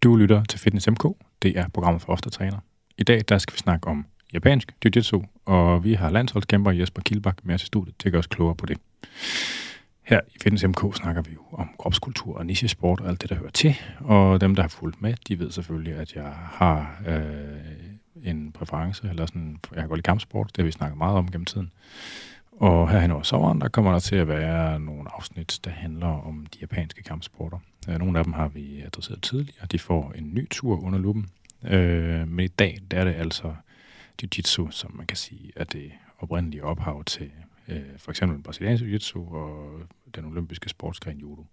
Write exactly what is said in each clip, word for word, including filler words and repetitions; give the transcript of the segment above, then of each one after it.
Du lytter til Fitness M K. Det er programmet for os, der træner. I dag der skal vi snakke om japansk jiu-jitsu, og vi har landsholdskæmper Jesper Kielbach med os i studiet til at gøre os klogere på det. Her i Fitness M K snakker vi jo om kropskultur og nichesport og alt det, der hører til. Og dem, der har fulgt med, de ved selvfølgelig, at jeg har øh, en præference, eller sådan, jeg har gået i kampsport, det har vi snakket meget om gennem tiden. Og her hen over sommeren, der kommer der til at være nogle afsnit, der handler om de japanske kampsporter. Nogle af dem har vi adresseret tidligere, de får en ny tur under luppen. Øh, men i dag, der er det altså jiu-jitsu, som man kan sige er det oprindelige ophav til øh, for eksempel den brasilianske jiu-jitsu og den olympiske sportsgren judo.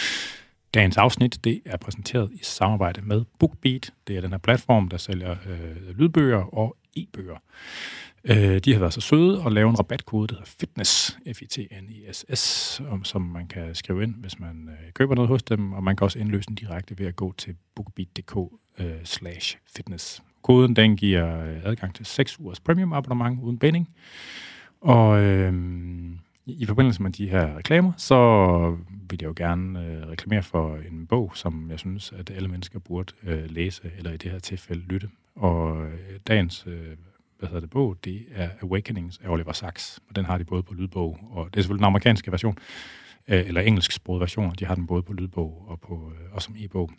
Dagens afsnit, det er præsenteret i samarbejde med BookBeat. Det er den her platform, der sælger øh, lydbøger og e-bøger. Øh, de har været så søde at lave en rabatkode, der hedder FITNESS, F I T N E S S, som man kan skrive ind, hvis man øh, køber noget hos dem, og man kan også indløse den direkte ved at gå til bookbeat.dk øh, slash fitness. Koden, den giver adgang til seks ugers premium abonnement uden binding, og øh, i forbindelse med de her reklamer, så vil jeg jo gerne øh, reklamere for en bog, som jeg synes, at alle mennesker burde øh, læse, eller i det her tilfælde lytte. Og øh, dagens øh, hvad hedder det, bog, det er Awakenings af Oliver Sacks, og den har de både på lydbog, og det er selvfølgelig den amerikanske version, øh, eller engelsksproget version, de har den både på lydbog og, på, øh, og som e-bog.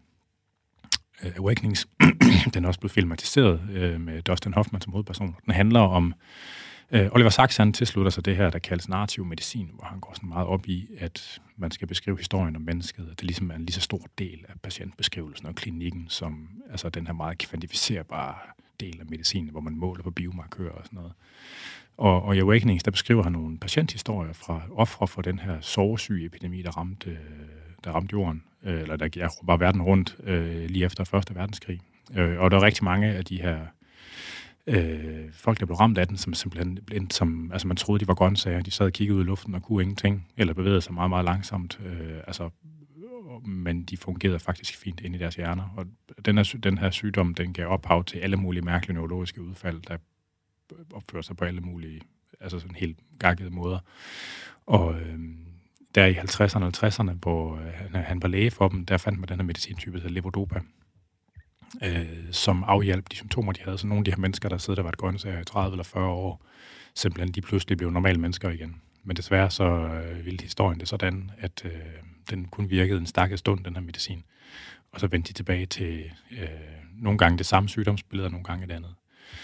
Øh, Awakenings, den er også blevet filmatiseret øh, med Dustin Hoffman som hovedperson. Den handler om Øh, Oliver Sacks, han tilslutter sig det her, der kaldes narrativ medicin, hvor han går sådan meget op i, at man skal beskrive historien om mennesket, og det ligesom er en lige så stor del af patientbeskrivelsen og klinikken, som altså den her meget kvantificerbare del af medicinen, hvor man måler på biomarkører og sådan noget. Og, og i Awakenings, der beskriver han nogle patienthistorier fra ofre for den her sovesyge epidemi, der ramte, der ramte jorden, øh, eller der gik bare verden rundt øh, lige efter første verdenskrig. Øh, og der er rigtig mange af de her Øh, folk, der blev ramt af den, som simpelthen endte som, altså man troede, de var grøntsager, de sad og kiggede ud i luften og kunne ingenting, eller bevægede sig meget, meget langsomt, øh, altså, men de fungerede faktisk fint ind i deres hjerner, og den her, den her sygdom, den gav ophav til alle mulige mærkelige neurologiske udfald, der opfører sig på alle mulige, altså sådan helt gakkede måder. Og øh, der i halvtredserne og halvtredserne, hvor øh, han, han var læge for dem, der fandt man den her medicintype, der hedder levodopa, Øh, som afhjalp de symptomer, de havde. Så nogle af de her mennesker, der sidder der var et grøntsager i tredive eller fyrre år, simpelthen de pludselig blev normale mennesker igen. Men desværre så øh, ville historien det sådan, at øh, den kun virkede en stakkels stund, den her medicin. Og så vendte de tilbage til øh, nogle gange det samme sygdomsbillede, og nogle gange det andet.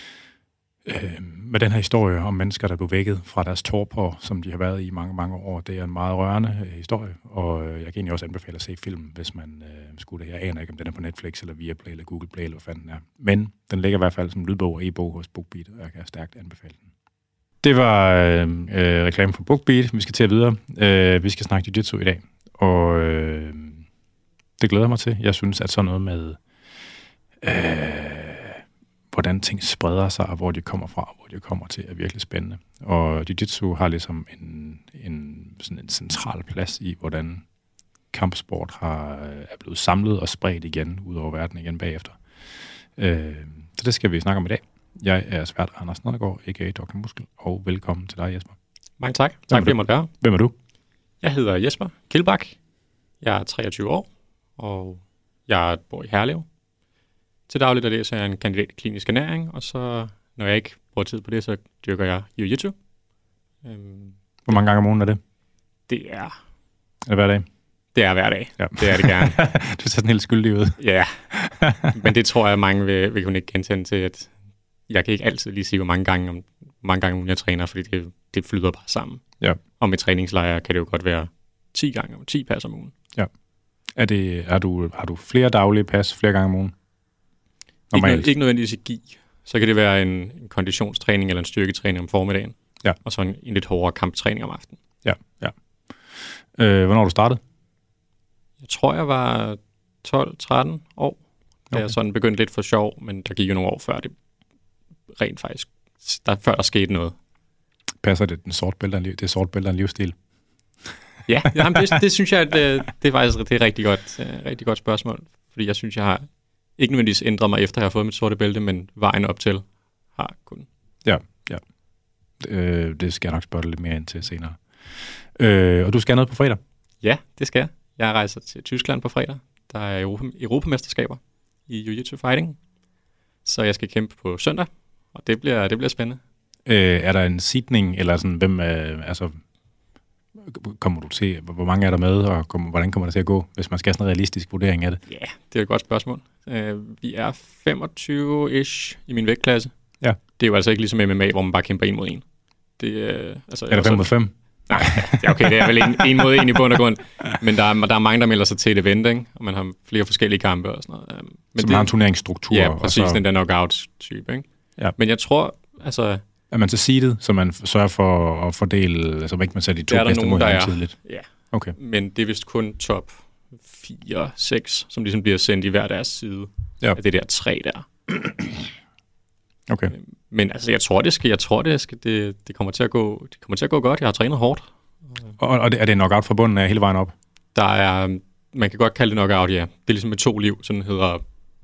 Øh, med den her historie om mennesker, der blev vækket fra deres torpor, som de har været i mange, mange år, det er en meget rørende øh, historie, og øh, jeg kan egentlig også anbefale at se filmen, hvis man øh, skulle det. Jeg aner ikke, om den er på Netflix, eller Viaplay, eller Google Play, eller hvad fanden den er. Men den ligger i hvert fald som lydbog og e-bog hos BookBeat, og jeg kan stærkt anbefale den. Det var øh, øh, reklame for BookBeat. Vi skal til at videre. Øh, vi skal snakke jiu-jitsu i dag, og øh, det glæder mig til. Jeg synes, at sådan noget med Øh, hvordan ting spreder sig, og hvor de kommer fra, og hvor de kommer til, er virkelig spændende. Og jiu-jitsu har ligesom en, en, sådan en central plads i, hvordan kampsport har, er blevet samlet og spredt igen ud over verden igen bagefter. Øh, så det skal vi snakke om i dag. Jeg er svært Anders Nedergaard, a k a. doktor Muskel, og velkommen til dig, Jesper. Mange tak. Tak fordi jeg måtte være. Hvem er du? Jeg hedder Jesper Kielbach. Jeg er treogtyve år, og jeg bor i Herlev. Til dagligt er det, så jeg er en kandidat i klinisk ernæring, og så, når jeg ikke bruger tid på det, så dyrker jeg jiu-jitsu. Øhm, Hvor mange gange om ugen er det? Det er... Er det hver dag? Det er hver dag. Ja. Det er det gerne. Du ser sådan helt skyldig ud. Ja, men det tror jeg, mange vil, vil kunne ikke genkende til, at jeg kan ikke altid lige sige, hvor mange gange om hvor mange gange om ugen jeg træner, fordi det, det flyder bare sammen. Ja. Og med træningslejre kan det jo godt være ti gange om ti pas om ugen. Ja. Er det, er du, har du flere daglige pas flere gange om ugen? Ikke, nød, ikke nødvendigvis i gi. Så kan det være en, en konditionstræning eller en styrketræning om formiddagen. Ja. Og så en, en lidt hårdere kamptræning om aftenen. Ja, ja. Øh, hvornår har du startet? Jeg tror, jeg var tolv tretten år. Da okay. jeg sådan begyndte lidt for sjov, men der gik jo nogle år før det rent faktisk, der, før der skete noget. Passer det den sort bælte, det er sort bælte en livsstil? Ja, jamen det, det synes jeg, at det, det er faktisk det er et rigtig godt, uh, rigtig godt spørgsmål. Fordi jeg synes, jeg har ikke nødvendigvis ændret mig, efter jeg har fået mit sorte bælte, men vejen op til har kun. Ja, ja. Øh, det skal jeg nok spørge dig lidt mere ind til senere. Øh, og du skal noget på fredag? Ja, det skal jeg. Jeg rejser til Tyskland på fredag. Der er Europa, Europamesterskaber i Jiu-Jitsu Fighting. Så jeg skal kæmpe på søndag, og det bliver, det bliver spændende. Øh, er der en seedning, eller sådan, hvem øh, altså, kommer du til, hvor mange er der med, og kommer, hvordan kommer det til at gå, hvis man skal have sådan en realistisk vurdering af det? Ja, det er et godt spørgsmål. Uh, vi er femogtyve-ish i min vægtklasse. Ja. Det er jo altså ikke ligesom M M A, hvor man bare kæmper en mod en. Det, uh, altså, er der fem mod fem? Nej, ja, okay, det er vel en, en mod en i bund og grund. Men der er, der er mange, der melder sig til et event, ikke? Og man har flere forskellige kampe og sådan noget. Um, men så det, man har en turneringsstruktur? Ja, præcis, og så... den der knockout-type, ikke? Ja. Men jeg tror, altså... Er man så seedet, så man sørger for at fordele, altså ikke man sætter de to bedste mod hinanden tidligt? Ja, okay. Men det er vist kun top fire seks, som ligesom bliver sendt i hver deres side ja. af det der tre der. Okay. Men altså, jeg tror, det skal, jeg tror, det skal, det, det kommer til at gå, det kommer til at gå godt. Jeg har trænet hårdt. Og, og det, er det knockout fra bunden af hele vejen op? Der er, man kan godt kalde det knockout, ja. Det er ligesom med to liv, sådan hedder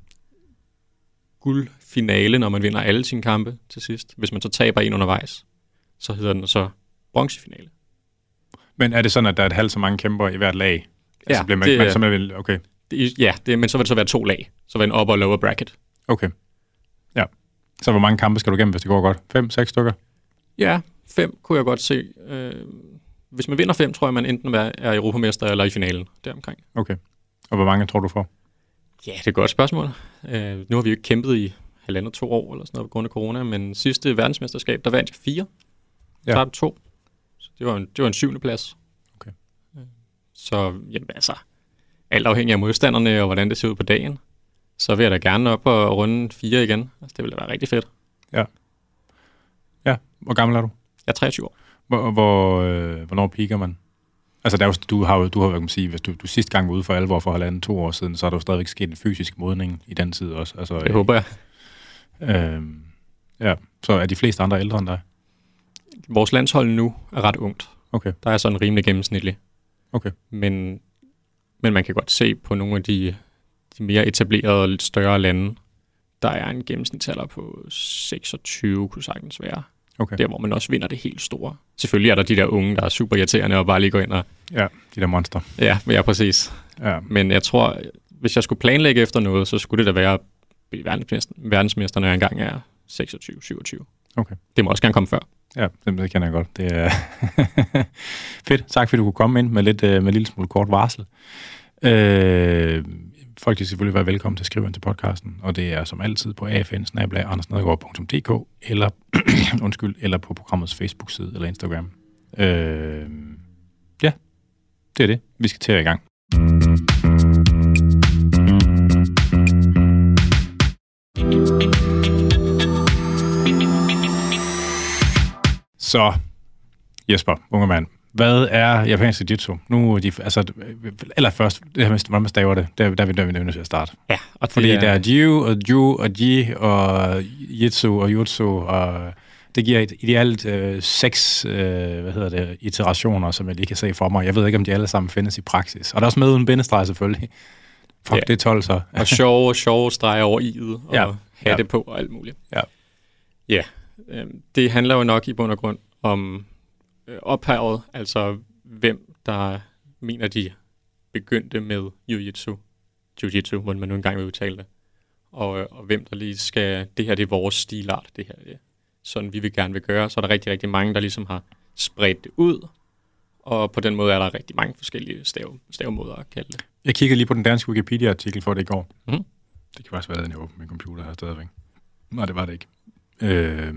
guldfinale, når man vinder alle sine kampe til sidst. Hvis man så taber en undervejs, så hedder den så bronzefinale. Men er det sådan, at der er et halvt så mange kæmper i hvert lag? Ja, altså, bliver man, det, man, så man vil, okay. Det, ja, det, men så vil det så være to lag. Så vil en upper og lower bracket. Okay. Ja. Så hvor mange kampe skal du igennem, hvis det går godt? Fem, seks stykker? Ja, fem kunne jeg godt se. Øh, hvis man vinder fem, tror jeg, man enten er europamester eller i finalen deromkring. Okay. Og hvor mange tror du får? Ja, det er et godt spørgsmål. Øh, nu har vi jo ikke kæmpet i halvandet to år eller sådan noget på grund af corona, men sidste verdensmesterskab, der vandt jeg fire. Ja. Så to. Så det var en, det var en syvende plads. Okay. Så jamen, altså, alt afhængig af modstanderne og hvordan det ser ud på dagen, så vil jeg da gerne op og runde fire igen. Altså, det ville da være rigtig fedt. Ja. Ja, hvor gammel er du? Jeg er treogtyve år. Hvor, hvor, øh, hvornår piker man? Altså, der er jo, du har jo, du har, hvad kan man sige, hvis du, du sidste gang var ude for alvor for halvanden to år siden, så er der jo stadigvæk sket en fysisk modning i den tid også. Altså, det øh, håber jeg. Øh, ja, så er de fleste andre ældre end dig? Vores landshold nu er ret ungt. Okay. Der er sådan rimelig gennemsnitlig. Okay. Men, men man kan godt se på nogle af de, de mere etablerede og lidt større lande, der er en gennemsnitsalder på seksogtyve, kunne sagtens være. Okay. Der, hvor man også vinder det helt store. Selvfølgelig er der de der unge, der er super irriterende og bare lige går ind og... Ja, de der monster. Ja, ja, præcis. Ja. Men jeg tror, hvis jeg skulle planlægge efter noget, så skulle det da være verdensmester, verdensmester, når jeg engang er seksogtyve syvogtyve. Okay. Det må også gerne komme før. Ja, det kender jeg godt. Det er fedt. Tak, fordi du kunne komme ind med lidt med en lille smule kort varsel. Øh, folk kan selvfølgelig være velkommen til at skrive ind til podcasten, og det er som altid på a f n bindestreg anders nedergaard punktum d k eller, undskyld, eller på programmets Facebook-side eller Instagram. Øh, ja, det er det. Vi skal til at i gang. Så, Jesper, unge mand, hvad er japansk jiu-jitsu? Nu, de, altså, eller først, det her med, hvordan man staver det, der, der, der er vi nødt til at starte. Ja, og det fordi er... der er jiu og ju og ji og jitsu og jutsu, og det giver et, ideelt øh, seks øh, hvad hedder det, iterationer, som jeg lige kan se for mig. Jeg ved ikke, om de alle sammen findes i praksis. Og der er også med uden bindestreg selvfølgelig. Fuck, ja. Det er tolv så. Og sjove og sjove streger over i'et, og ja. have ja. det på og alt muligt. Ja. Ja, øh, det handler jo nok i bund og grund om øh, ophavet, altså hvem der mener, de begyndte med jiu-jitsu, jiu-jitsu, hvordan man nu engang vil udtale det, og, øh, og hvem der lige skal, det her det er vores stilart, det her det er sådan, vi vil gerne vil gøre. Så er der rigtig, rigtig mange, der ligesom har spredt det ud, og på den måde er der rigtig mange forskellige stav, stavemåder at kalde det. Jeg kigger lige på den danske Wikipedia-artikel for det i går. Mm. Det kan faktisk være, at den er åben med computer her stadigvæk. Nej, det var det ikke. Øh,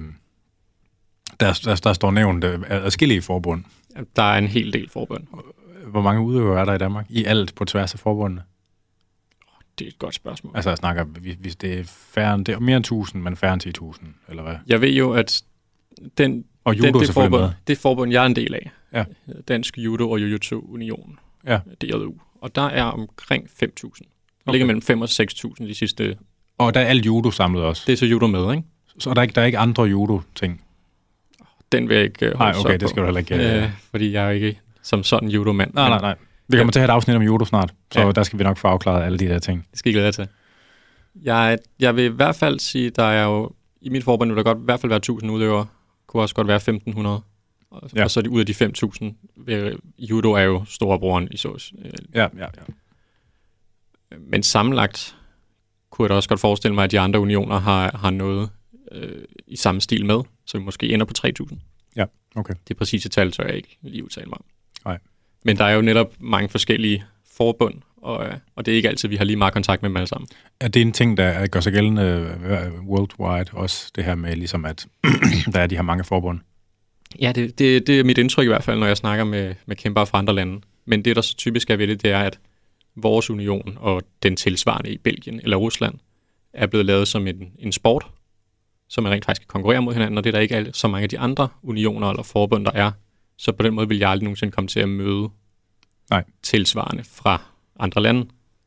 der, der, der står nævnt uh, adskillige forbund. Der er en hel del forbund. Hvor mange udøvere er der i Danmark? I alt på tværs af forbundene? Det er et godt spørgsmål. Altså jeg snakker, hvis det er, færre, det er mere end tusind, men færre end ti tusind, eller hvad? Jeg ved jo, at den, og judo den, det, forbund, med. det forbund, jeg er en del af, ja. Dansk Judo og Jiu-Jitsu Union, ja. D J U, og der er omkring fem tusind. Det okay. ligger mellem fem og seks tusind de sidste... Og der er alt judo samlet også? Det er så judo med, ikke? Så der er ikke, der er ikke andre judo-ting? Den vil jeg ikke holde Nej, okay, det skal du heller ikke... Øh, fordi jeg er jo ikke som sådan judo-mand. Nej, nej, nej. Vi kommer ja. til at have et afsnit om judo snart, så ja. Der skal vi nok få afklaret alle de der ting. Det skal I glæde jer til. Jeg, jeg vil i hvert fald sige, der er jo... I mit forbund vil der godt i hvert fald være tusind udøvere. Kunne også godt være femten hundrede. Og, ja. og så er de ud af de fem tusind. Judo er jo storebroren i så. Øh, ja, ja, ja. Men sammenlagt kunne jeg da også godt forestille mig, at de andre unioner har, har noget øh, i samme stil med, så vi måske ender på tre tusind. Ja, okay. Det præcise tal tør jeg ikke lige udtale mig om. Nej. Men der er jo netop mange forskellige forbund, og, og det er ikke altid, vi har lige meget kontakt med dem alle sammen. Er det en ting, der gør sig gældende worldwide også, det her med ligesom, at der er de her mange forbund? Ja, det, det, det er mit indtryk i hvert fald, når jeg snakker med, med kæmpere fra andre lande. Men det, der så typisk er ved det, det er, at vores union og den tilsvarende i Belgien eller Rusland er blevet lavet som en, en sport, som man rent faktisk kan konkurrere mod hinanden, og det er der ikke alle, så mange af de andre unioner eller forbund, der er. Så på den måde vil jeg aldrig nogensinde komme til at møde Nej. tilsvarende fra andre lande.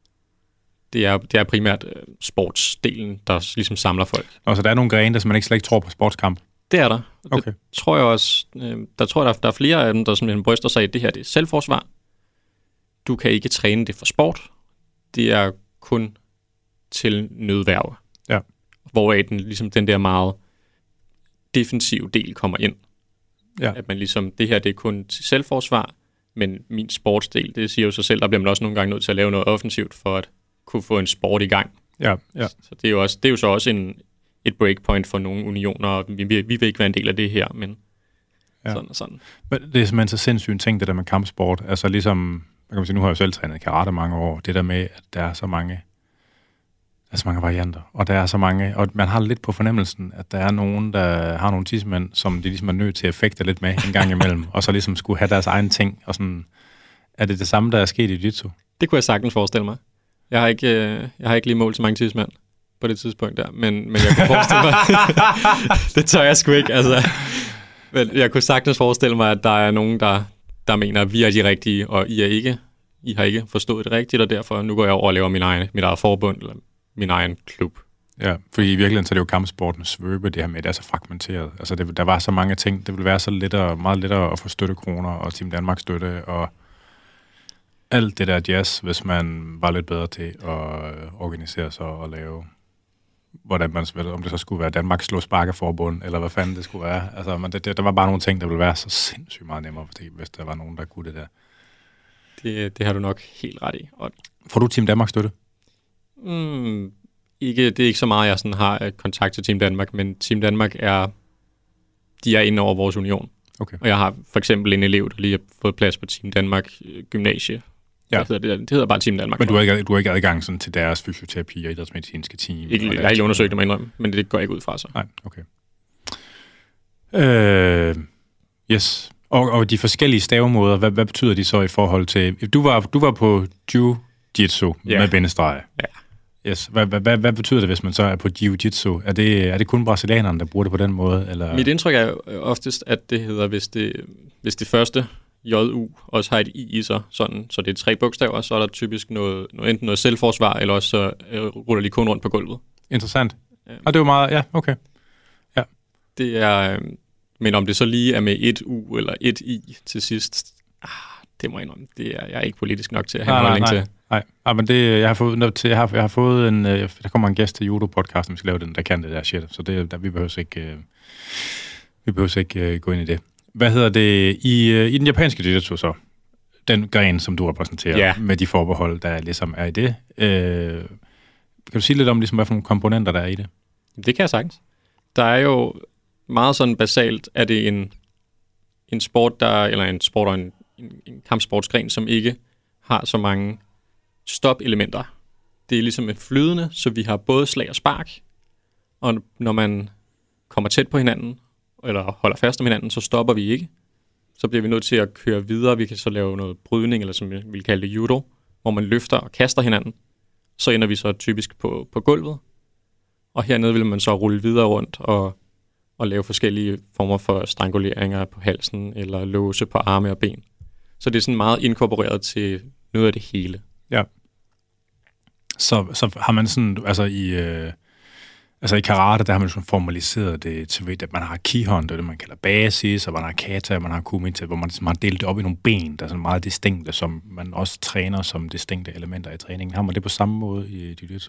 Det er, det er primært øh, sportsdelen, der ligesom samler folk. Og så der er nogle grene, der man ikke slet ikke tror på sportskamp? Det er der. Okay. Det tror jeg også. Øh, der tror jeg, der, der er flere af dem, der simpelthen bryster sig i, at det her det er selvforsvar. Du kan ikke træne det for sport. Det er kun til nødværge. Ja. Hvoraf den, ligesom den der meget defensive del kommer ind. Ja. At man ligesom, det her det er kun til selvforsvar, men min sportsdel, det siger jo sig selv, der bliver man også nogle gange nødt til at lave noget offensivt, for at kunne få en sport i gang. Ja, ja. Så det er jo, også, det er jo så også en, et breakpoint for nogle unioner. Vi, vi, vi vil ikke være en del af det her, men ja. sådan og sådan. Men det er simpelthen så sindssygt en ting, det der med kampsport. Altså ligesom, man kan sige, nu har jeg jo selv trænet karate mange år, det der med, at der er så mange, der er så mange varianter, og der er så mange, og man har lidt på fornemmelsen, at der er nogen, der har nogle tidsmænd, som de ligesom er nødt til at fægte lidt med en gang imellem, og så ligesom skulle have deres egen ting, og sådan, er det det samme, der er sket i jiu-jitsu? Det kunne jeg sagtens forestille mig. Jeg har ikke, øh, jeg har ikke lige målt så mange tidsmænd på det tidspunkt der, men, men jeg kunne forestille mig, det tør jeg sgu ikke, altså. Men jeg kunne sagtens forestille mig, at der er nogen, der, der mener, at vi er de rigtige, og I er ikke. I har ikke forstået det rigtigt, og derfor nu går jeg over og laver min egen, mit eget forbund, eller min egen klub. Ja, fordi i virkeligheden så er det jo kampsporten svøbe, det her med, det er så fragmenteret. Altså det, der var så mange ting, det ville være så lettere, meget lettere at få støttekroner og Team Danmark støtte, og alt det der jazz, hvis man var lidt bedre til at organisere sig og lave, hvordan man, om det så skulle være Danmarks slå sparkeforbund, eller hvad fanden det skulle være. Altså, man, det, det, der var bare nogle ting, der ville være så sindssygt meget nemmere, hvis der var nogen, der kunne det der. Det, det har du nok helt ret i. Og får du Team Danmark støtte? Mm, ikke, det er ikke så meget, jeg sådan har kontakt til Team Danmark, men Team Danmark er, de er inde over vores union. Okay. Og jeg har for eksempel en elev, der lige har fået plads på Team Danmark Gymnasie. Ja. Det, hedder, det, det hedder bare Team Danmark. Men du har ikke, du har ikke adgang sådan til deres fysioterapi og idrætsmedicinske team? Ikke, jeg har ikke undersøgt det, må indrømme, men det går ikke ud fra sig. Nej, okay. Øh, yes. Og, og de forskellige stavemåder, hvad, hvad betyder de så i forhold til... Du var, du var på jiu-jitsu yeah. med bindestreg. Ja. Yes. Hvad, hvad, hvad, hvad betyder det, hvis man så er på jiu-jitsu? Er det, er det kun brasilianerne, der bruger det på den måde? Eller? Mit indtryk er oftest, at det hedder, hvis det, hvis det første J U også har et I i sig, sådan, så det er tre bogstaver, så er der typisk noget, noget enten noget selvforsvar, eller også så øh, ruller de kun rundt på gulvet. Interessant. Ja. Og det var meget... Ja, okay. Ja. Det er... Øh, men om det så lige er med et U eller et I til sidst, ah, det må jeg indrømme. Det er jeg er ikke politisk nok til at have en holdning til. Nej, nej, men det, jeg har fået til, jeg har, jeg har fået en, der kommer en gæst til judo-podcasten, vi skal lave den, der kan det der shit, så det, der, vi behøver ikke, vi behøver ikke gå ind i det. Hvad hedder det, i, i den japanske jiu-jitsu så, den gren, som du repræsenterer, yeah. med de forbehold, der ligesom er i det, øh, kan du sige lidt om, ligesom, hvad for nogle komponenter, der er i det? Det kan jeg sagtens. Der er jo meget sådan basalt, er det en, en sport, der, eller en sport og en, en, en kampsportsgren, som ikke har så mange stop-elementer. Det er ligesom et flydende, så vi har både slag og spark, og når man kommer tæt på hinanden, eller holder fast om hinanden, så stopper vi ikke. Så bliver vi nødt til at køre videre. Vi kan så lave noget brydning, eller som vi vil kalde det judo, hvor man løfter og kaster hinanden. Så ender vi så typisk på, på gulvet, og hernede vil man så rulle videre rundt og, og lave forskellige former for stranguleringer på halsen, eller låse på arme og ben. Så det er sådan meget inkorporeret til noget af det hele. Ja. Så, så har man sådan, altså i, øh, altså i karate, der har man sådan formaliseret det til, at man har kihon, det er det, man kalder basis, og man har kata, man har kumite, hvor man, man har delt det op i nogle ben, der er sådan meget distinkte, som man også træner som distinkte elementer i træningen. Har man det på samme måde i jiu-jitsu?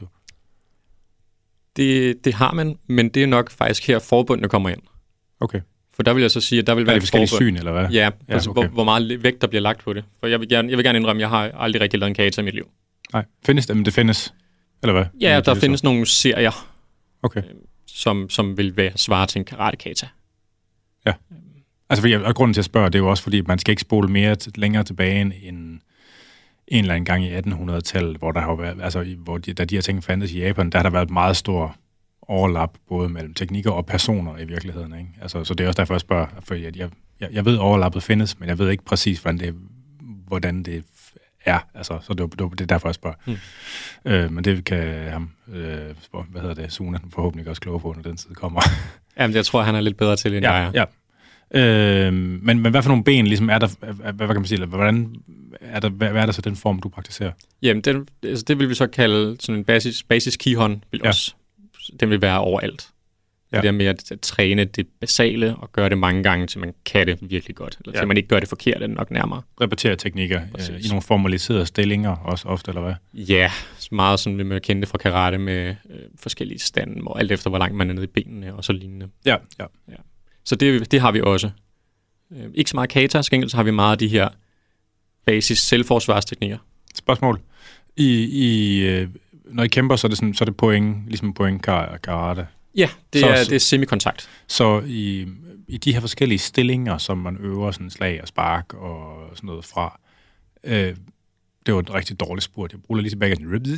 Det, det har man, men det er nok faktisk her forbundene kommer ind. Okay. For der vil jeg så sige, at der vil være et forskellige syn, eller hvad? Ja, ja altså, okay. hvor, hvor meget vægt der bliver lagt på det. For jeg vil gerne, jeg vil gerne indrømme, at jeg har aldrig rigtig lavet en kata i mit liv. Nej, findes det? Men det findes? Eller hvad? Ja, der findes nogle serier, okay. øh, som, som vil være svare til en karate-kata. Ja. Altså, fordi, og grunden til at spørge, det er jo også, fordi man skal ikke spole mere til, længere tilbage end en eller anden gang i attenhundredetallet, hvor der har været, altså, hvor de, da de her ting fandtes i Japan, der har der været meget stor overlap, både mellem teknikker og personer i virkeligheden, ikke? Altså, så det er også derfor, jeg spørger, fordi jeg, jeg, jeg ved, overlappet findes, men jeg ved ikke præcis, hvordan det, hvordan det er. Altså, så det, det er derfor, jeg spørger. Hmm. Øh, men det kan ham, øh, hvad hedder det, Sune, forhåbentlig også klogere på, når den tid kommer. Jamen, jeg tror, han er lidt bedre til end ja, jeg er. Ja. Øh, men, men hvad for nogle ben ligesom er der, hvad, hvad kan man sige, hvordan er der, hvad, hvad er der så den form, du praktiserer? Jamen, den, altså, det vil vi så kalde sådan en basis, basis kihon, vil ja. også, den vil være overalt. Ja. Det er med at, at træne det basale og gøre det mange gange, til man kan det virkelig godt. Eller ja. til man ikke gør det forkert, er det nok nærmere. Repetere teknikker øh, i nogle formaliserede stillinger også ofte, eller hvad? Ja, meget sådan, vi må kende det fra karate med øh, forskellige stande, og alt efter, hvor langt man er nede i benene og så lignende. Ja, ja. ja. Så det, det har vi også. Øh, ikke så meget kata, skængel, så har vi meget af de her basis selvforsvarsteknikker. Spørgsmål. I, i, øh, når I kæmper, så er det, sådan, så er det point, ligesom point karate? Ja, det så, er, det er semikontakt. Så i, i de her forskellige stillinger, som man øver sådan slag og spark og sådan noget fra, øh, det var et rigtig dårligt spurt. Jeg bruger lige tilbage.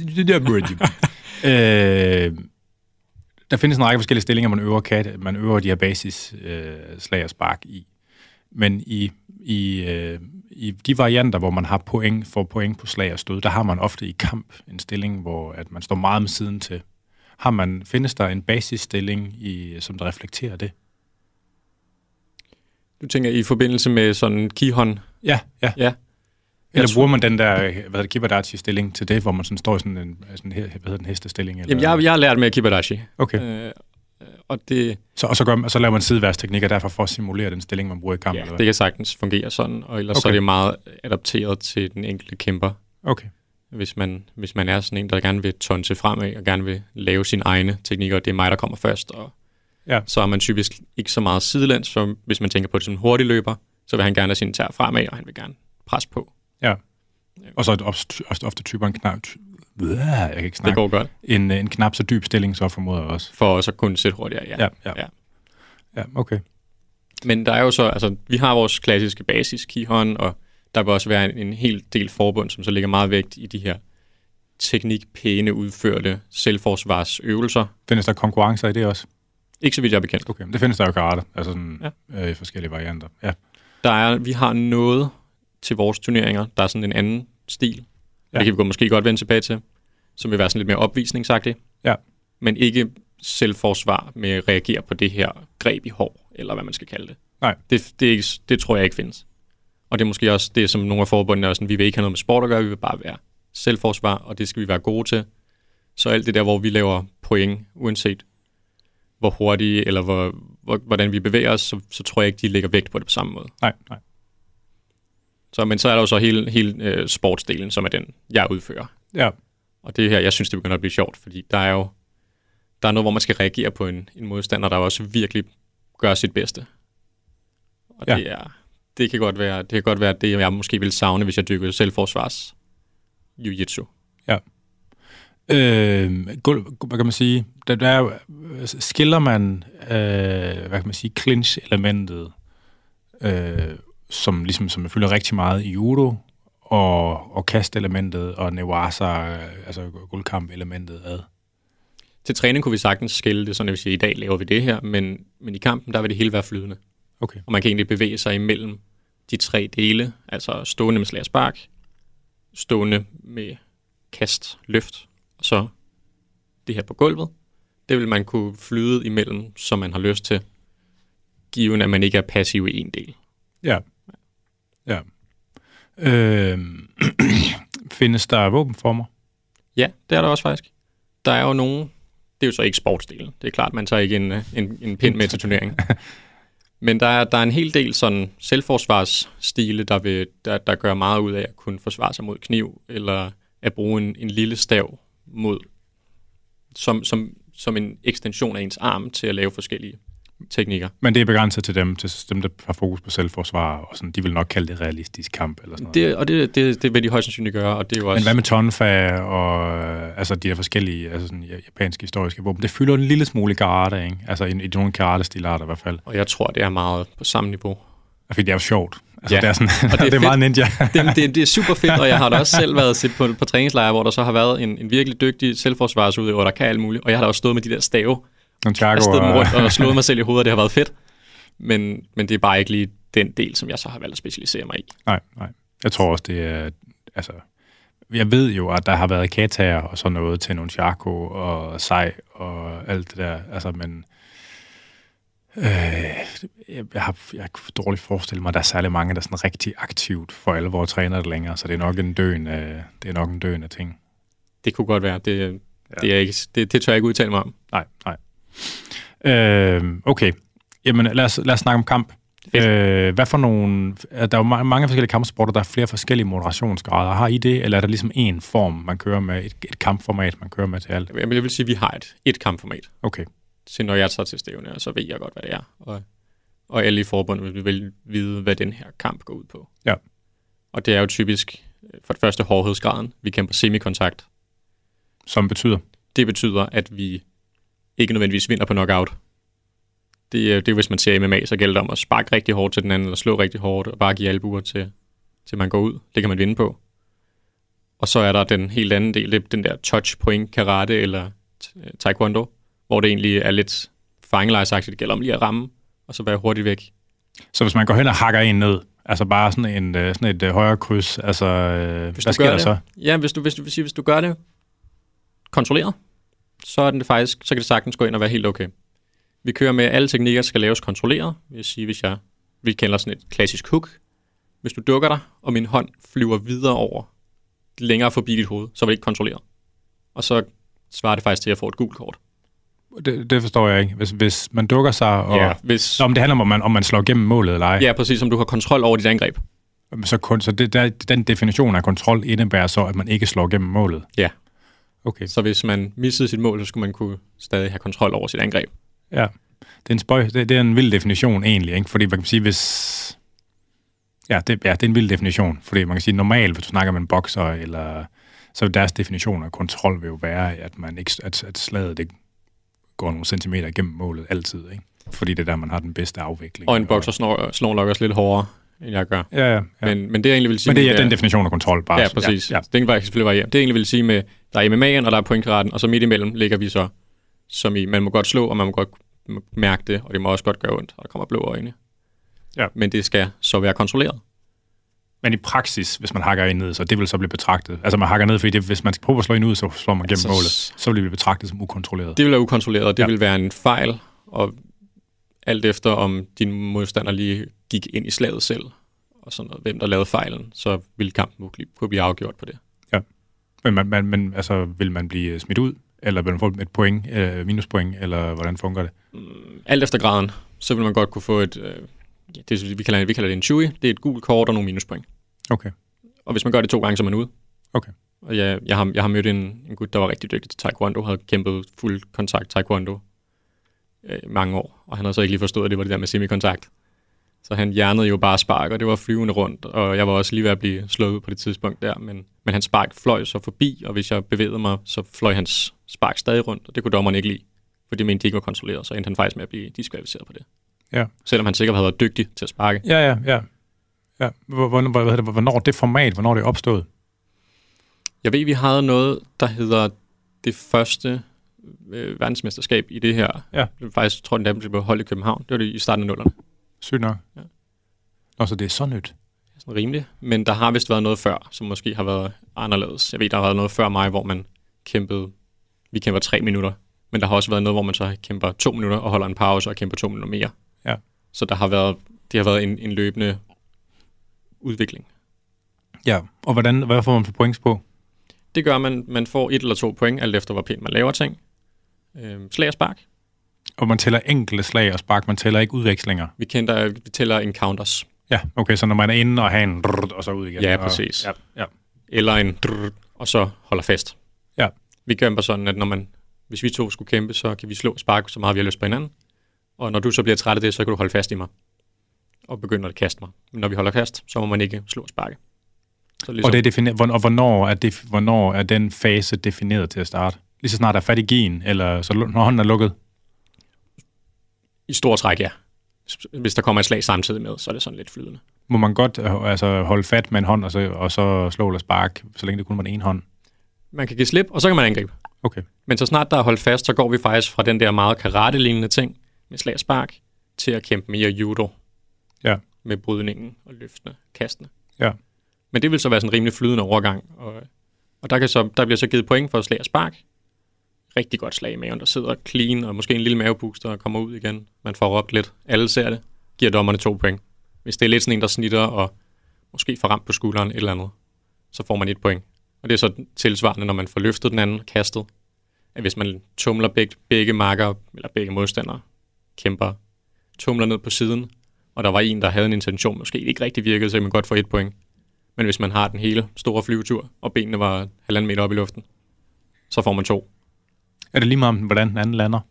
øh, der findes en række forskellige stillinger, man øver, kat, man øver de her basis øh, slag og spark i. Men i, i, øh, i de varianter, hvor man har point, får point på slag og stød, der har man ofte i kamp en stilling, hvor at man står meget med siden til. Har man, findes der en basisstilling, i, som der reflekterer det? Du tænker i forbindelse med sådan kihon? Ja, ja. ja. Eller tror, bruger man den der, hvad hedder det, kibadachi-stilling til det, hvor man sådan står i sådan en, sådan, hvad hedder den, hestestilling? Eller? Jamen, jeg, jeg har lært med kibadachi. Okay. Øh, og det... Så, og så, gør man, så laver man sideværsteknikker derfor for at simulere den stilling, man bruger i kamp? Ja, eller hvad? det kan sagtens fungere sådan, og ellers okay. så er det meget adapteret til den enkelte kæmper. Okay. Hvis man, hvis man er sådan en, der gerne vil tonse fremad og gerne vil lave sine egne teknikker, og det er mig, der kommer først, og ja. så er man typisk ikke så meget sidelæns, så hvis man tænker på det som en hurtig løber, så vil han gerne have sin tær fremad, og han vil gerne presse på. Ja, og så er det ofte, ofte typer en knap, jeg kan ikke snakke. Det går godt. En, en knap så dyb stilling, så formoder jeg også. For også at kunne sætte hurtigere, ja. Ja, ja. ja. ja okay. Men der er jo så, altså, vi har vores klassiske basis kihon, og der vil også være en, en hel del forbund, som så ligger meget vægt i de her teknikpæne udførte selvforsvarsøvelser. Findes der konkurrencer i det også? Ikke så vidt jeg er bekendt. Okay, men det findes der jo karate, altså sådan ja. øh, forskellige varianter. Ja. Der er, vi har noget til vores turneringer, der er sådan en anden stil, ja. det kan vi måske godt vende tilbage til, som vil være sådan lidt mere opvisningsagtigt, ja. men ikke selvforsvar med at reagere på det her greb i hår, eller hvad man skal kalde det. Nej. Det, det, er ikke, det tror jeg ikke findes. Og det er måske også det, som nogle af forbundene er sådan, vi vil ikke have noget med sport at gøre, vi vil bare være selvforsvar, og det skal vi være gode til. Så alt det der, hvor vi laver point, uanset hvor hurtige, eller hvor, hvor, hvordan vi bevæger os, så, så tror jeg ikke, de lægger vægt på det på samme måde. Nej, nej. Så, men så er der jo så hele, hele øh, sportsdelen, som er den, jeg udfører. Ja. Og det her, jeg synes, det begynder at blive sjovt, fordi der er jo der er noget, hvor man skal reagere på en, en modstander, der også virkelig gør sit bedste. Og ja. det er... Det kan godt være, det kan godt være det, jeg måske ville savne, hvis jeg dykkede selvforsvars jiu-jitsu. Ja. Øh, hvad kan man sige? Der, der er, skiller man, øh, hvad kan man sige, clinch-elementet, øh, som ligesom som fylder rigtig meget i judo, og, og kast-elementet, og newaza, altså guldkamp-elementet ad? Til træning kunne vi sagtens skille det, sådan at vi siger, i dag laver vi det her, men, men i kampen, der vil det hele være flydende. Okay. Og man kan egentlig bevæge sig imellem de tre dele, altså stående med slag og spark, stående med kast, løft, og så det her på gulvet. Det vil man kunne flyde imellem, som man har lyst til, given at man ikke er passiv i en del. Ja. Ja. Øh, findes der våbenformer? Ja, det er der også faktisk. Der er jo nogen, det er jo så ikke sportsdelen. Det er klart, man tager ikke en, en, en pind med til turneringen. Men der er, der er en hel del sådan selvforsvarsstile, der, vil, der, der gør meget ud af at kunne forsvare sig mod kniv, eller at bruge en, en lille stav mod, som, som, som en ekstension af ens arm til at lave forskellige teknikker. Men det er begrænset til dem, til dem, der har fokus på selvforsvar, og sådan, de vil nok kalde det realistisk kamp, eller sådan det, noget. Og det, det, det vil de højst sandsynligt gøre, og det er jo også... Men hvad med tonfa og altså de der forskellige altså sådan, japanske historiske våben? Det fylder en lille smule i karate, ikke? Altså i, i nogle karate-stilarter i hvert fald. Og jeg tror, det er meget på samme niveau. Fordi det er jo sjovt. Altså, ja. det er, sådan, og det er, det er meget ninja. det, det, det er super fedt, og jeg har da også selv været set på, på træningslejre, hvor der så har været en, en virkelig dygtig selvforsvarsudøver, der kan alt muligt. Og jeg har da også stået med de der stave, og stået dem rundt og slået mig selv i hovedet, og det har været fedt. Men, men det er bare ikke lige den del, som jeg så har valgt at specialisere mig i. Nej, nej. Jeg tror også, det er... Altså, jeg ved jo, at der har været kataer og sådan noget til nogle Nunchaku og Sai og alt det der. Altså, men... Øh, jeg, har, jeg kan dårligt forestille mig, at der er særlig mange, der er sådan rigtig aktivt for alvor træner det længere, så det er nok en døende, det er nok en døende ting. Det kunne godt være. Det, ja. det, er ikke, det, det tør jeg ikke udtale mig om. Nej, nej. Øh, okay. Jamen, lad os, lad os snakke om kamp. Øh, hvad for nogle... Der er jo mange forskellige kampsporter, der er flere forskellige moderationsgrader. Har I det, eller er der ligesom en form, man kører med, et, et kampformat, man kører med til alt? Jeg vil sige, at vi har et, et kampformat. Okay. Så når jeg tager til stævne, så ved jeg godt, hvad det er. Og, og alle i forbundet vil vide, hvad den her kamp går ud på. Ja. Og det er jo typisk, for det første, hårdhedsgraden. Vi kæmper semikontakt. Som betyder? Det betyder, at vi ikke nødvendigvis vinder på knockout. Det er, det er hvis man ser M M A, så gælder det om at sparke rigtig hårdt til den anden, eller slå rigtig hårdt, og bare give albuer til, til man går ud. Det kan man vinde på. Og så er der den helt anden del, det er den der touch point karate eller taekwondo, hvor det egentlig er lidt fangelejsagtigt. Det gælder om lige at ramme, og så være hurtigt væk. Så hvis man går hen og hakker en ned, altså bare sådan, en, sådan et uh, højre kryds, altså hvis hvad sker der det, så? Ja, hvis du, hvis, du, hvis, du, hvis du gør det kontrolleret, så er den det faktisk, så kan det sagtens gå ind og være helt okay. Vi kører med, at alle teknikker skal laves kontrolleret. Det vil sige, hvis jeg, vi kender sådan et klassisk hook. Hvis du dukker dig, og min hånd flyver videre over, længere forbi dit hoved, så er det ikke kontrolleret. Og så svarer det faktisk til, at jeg får et gult kort. Det, det forstår jeg ikke. Hvis, hvis man dukker sig, og... Ja, hvis... Nå, om det handler om, om man, om man slår gennem målet eller ej. Ja, præcis, om du har kontrol over dit angreb. Så, kun, så det, der, den definition af kontrol indebærer så, at man ikke slår gennem målet? Ja. Okay. Så hvis man missede sit mål, så skulle man kunne stadig have kontrol over sit angreb. Ja, det er en, spøj, det, det er en vild definition egentlig, ikke? Fordi man kan sige, hvis... Ja det, ja, det er en vild definition, fordi man kan sige, normalt, hvis du snakker med en bokser, eller... så deres definition af kontrol vil jo være, at, man ikke, at, at slaget det går nogle centimeter igennem målet altid, ikke? Fordi det er der, man har den bedste afvikling. Og en bokser slår, slår nok også lidt hårdere, end jeg gør. Ja, ja. ja. Men, men det jeg egentlig vil sige... Men det er med, den definition af kontrol, bare. Ja, præcis. Ja, ja. Det kan faktisk selvfølgelig variere. Det jeg egentlig vil sige med, der er M M A'en, og der er pointkaraten, og så midt imellem ligger vi så, som i, man må godt slå, og man må godt mærke det, og det må også godt gøre ondt, og der kommer blå øjne. Ja. Men det skal så være kontrolleret. Men i praksis, hvis man hakker ind ned, så det vil så blive betragtet. Altså man hakker ned, fordi det, hvis man skal prøve at slå ind ud, så slår man gennem altså, målet. Så vil det blive betragtet som ukontrolleret. Det vil være ukontrolleret, og det ja. vil være en fejl, og alt efter om din modstander lige gik ind i slaget selv, og sådan noget, hvem der lavede fejlen, så vil kampen kunne blive afgjort på det. Ja, men, man, man, men altså, vil man blive smidt ud, eller vil man få et point, øh, minuspoint, eller hvordan fungerer det? Mm, alt efter graden, så vil man godt kunne få et... Øh, Ja, det, vi, kalder, vi kalder det en chewy. Det er et gult kort og nogle minuspoint. Okay. Og hvis man gør det to gange, så er man ude. Okay. Og jeg, jeg, har, jeg har mødt en, en gut, der var rigtig dygtig til taekwondo, havde kæmpet fuld kontakt taekwondo øh, mange år, og han havde så ikke lige forstået, at det var det der med semikontakt. Så han hjernede jo bare spark, og det var flyvende rundt, og jeg var også lige ved at blive slået ud på det tidspunkt der, men, men hans spark fløj så forbi, og hvis jeg bevægede mig, så fløj hans spark stadig rundt, og det kunne dommeren ikke lide, for det mente de ikke var kontrolleret, så endte han faktisk med at blive diskvalificeret på det. Ja. Selvom han sikkert havde været dygtig til at sparke. Ja, ja, ja. ja. Hvornår, hvornår det format, hvornår det er opstået? Jeg ved, vi havde noget, der hedder det første øh, verdensmesterskab i det her. Ja. Det faktisk, tror jeg, det blev holdt i København. Det var det i starten af nullerne. Sygt nok. Ja. Nå, så det er så nyt. Sådan rimeligt. Men der har vist været noget før, som måske har været anderledes. Jeg ved, der har været noget før mig, hvor man kæmpede, vi kæmper tre minutter. Men der har også været noget, hvor man så kæmper to minutter og holder en pause og kæmper to minutter mere. Ja. Så der har været, det har været en, en løbende udvikling. Ja, og hvordan, hvad får man for points på? Det gør man, man får et eller to point, alt efter hvor pænt man laver ting. Øhm, slag og spark. Og man tæller enkelte slag og spark, man tæller ikke udvekslinger? Vi, kender, vi tæller encounters. Ja, okay, så når man er inde og har en drrrt, og så ud igen. Ja, præcis. Og, ja, ja. Eller en drrrt, og så holder fast. Ja. Vi kæmper sådan, at når man, hvis vi to skulle kæmpe, så kan vi slå og sparke så meget, vi har lyst på hinanden. Og når du så bliver træt af det, så kan du holde fast i mig og begynde at kaste mig. Men når vi holder fast, så må man ikke slå og sparke. Så ligesom... Og, det er defineret, og hvornår er, det, hvornår er den fase defineret til at starte? Lige så snart der er fat i gien, eller så, når hånden er lukket? I stor træk, ja. Hvis der kommer et slag samtidig med, så er det sådan lidt flydende. Må man godt altså, holde fat med en hånd, og så, og så slå eller sparke, så længe det kun var en hånd? Man kan give slip, og så kan man angribe. Okay. Men så snart der er holdt fast, så går vi faktisk fra den der meget karate-lignende ting med slag og spark, til at kæmpe mere judo. Ja. Med brydningen og løftene, kastene. Ja. Men det vil så være sådan en rimelig flydende overgang. Og, og der, kan så, der bliver så givet point for slag og spark. Rigtig godt slag i maven, der sidder clean, og måske en lille mavepuster og kommer ud igen. Man får råbt lidt. Alle ser det. Giver dommerne to point. Hvis det er lidt sådan en, der snitter og måske får ramt på skulderen et eller andet, så får man et point. Og det er så tilsvarende, når man får løftet den anden kastet. At hvis man tumler begge, begge marker, eller begge modstandere, kæmper, tumler ned på siden, og der var en, der havde en intention, måske ikke rigtig virkede, så kan man godt få et point. Men hvis man har den hele store flyvetur, og benene var halvanden meter op i luften, så får man to. Er det lige meget om, hvordan den anden lander?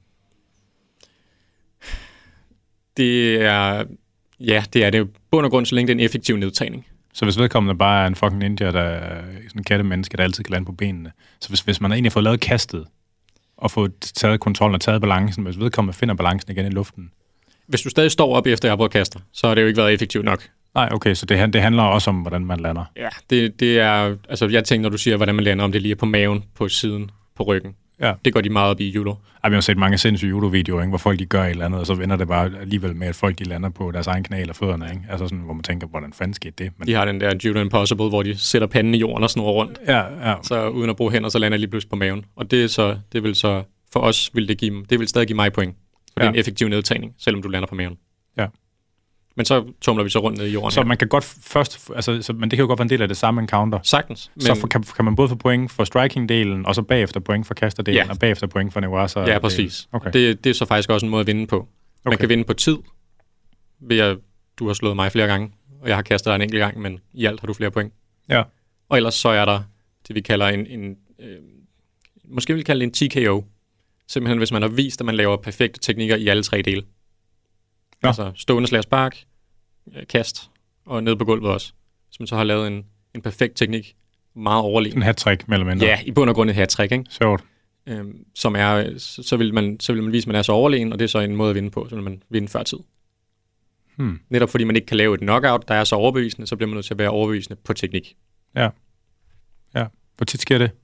Det er... Ja, det er det. Bund og grund, så længe det er en effektiv nedtagning. Så hvis vedkommende bare er en fucking ninja, der er sådan en kattemenneske, der altid kan lande på benene. Så hvis, hvis man egentlig har fået lavet kastet, og fået taget kontrollen og taget balancen, hvis vedkommende finder balancen igen i luften. Hvis du stadig står op efter jeg har brugt kaster, så har det jo ikke været effektivt nok. Nej, okay, så det, det handler også om, hvordan man lander. Ja, det, det er... Altså, jeg tænker, når du siger, hvordan man lander, om det lige er på maven, på siden, på ryggen. Ja. Det går de meget op i judo. Ej, vi har set mange sindssyge judo-videoer, ikke, hvor folk de gør et eller andet, og så vender det bare alligevel med, at folk de lander på deres egen knæ eller fødderne. Ikke? Altså sådan, hvor man tænker, hvordan fanden skete det? Men... De har den der Judo Impossible, hvor de sætter panden i jorden og snurrer rundt. Ja, ja. Så uden at bruge hænder, så lander de lige pludselig på maven. Og det er så, det vil så, for os vil det give, det vil stadig give mig point. For ja. Det er en effektiv nedtagning, selvom du lander på maven. Ja. Men så tumler vi så rundt ned i jorden. Så her. man kan godt først, altså, så, men det kan jo godt være en del af det samme encounter. Sagtens. Men... Så for, kan, kan man både få point for striking-delen, og så bagefter point for kasterdelen, ja. og bagefter point for Newaza. Ja, præcis. Okay. Det, det er så faktisk også en måde at vinde på. Man okay. kan vinde på tid, ved at du har slået mig flere gange, og jeg har kastet dig en enkelt gang, men i alt har du flere point. Ja. Og ellers så er der det, vi kalder en, en øh, måske vil vi kalde det en T K O. Simpelthen, hvis man har vist, at man laver perfekte teknikker i alle tre dele. Ja. Altså stående slag og spark, kast og ned på gulvet også. Som så har lavet en, en perfekt teknik, meget overlegen. En hat-trick, mellem mindre. Ja, i bund og grund et hat-trick, ikke? Sjovt. Øhm, som er, så, så, vil man, så vil man vise, at man er så overlegen, og det er så en måde at vinde på, så vil man vinde før tid. Hmm. Netop fordi man ikke kan lave et knockout, der er så overbevisende, så bliver man nødt til at være overbevisende på teknik. Ja. Ja. Hvor tit sker det?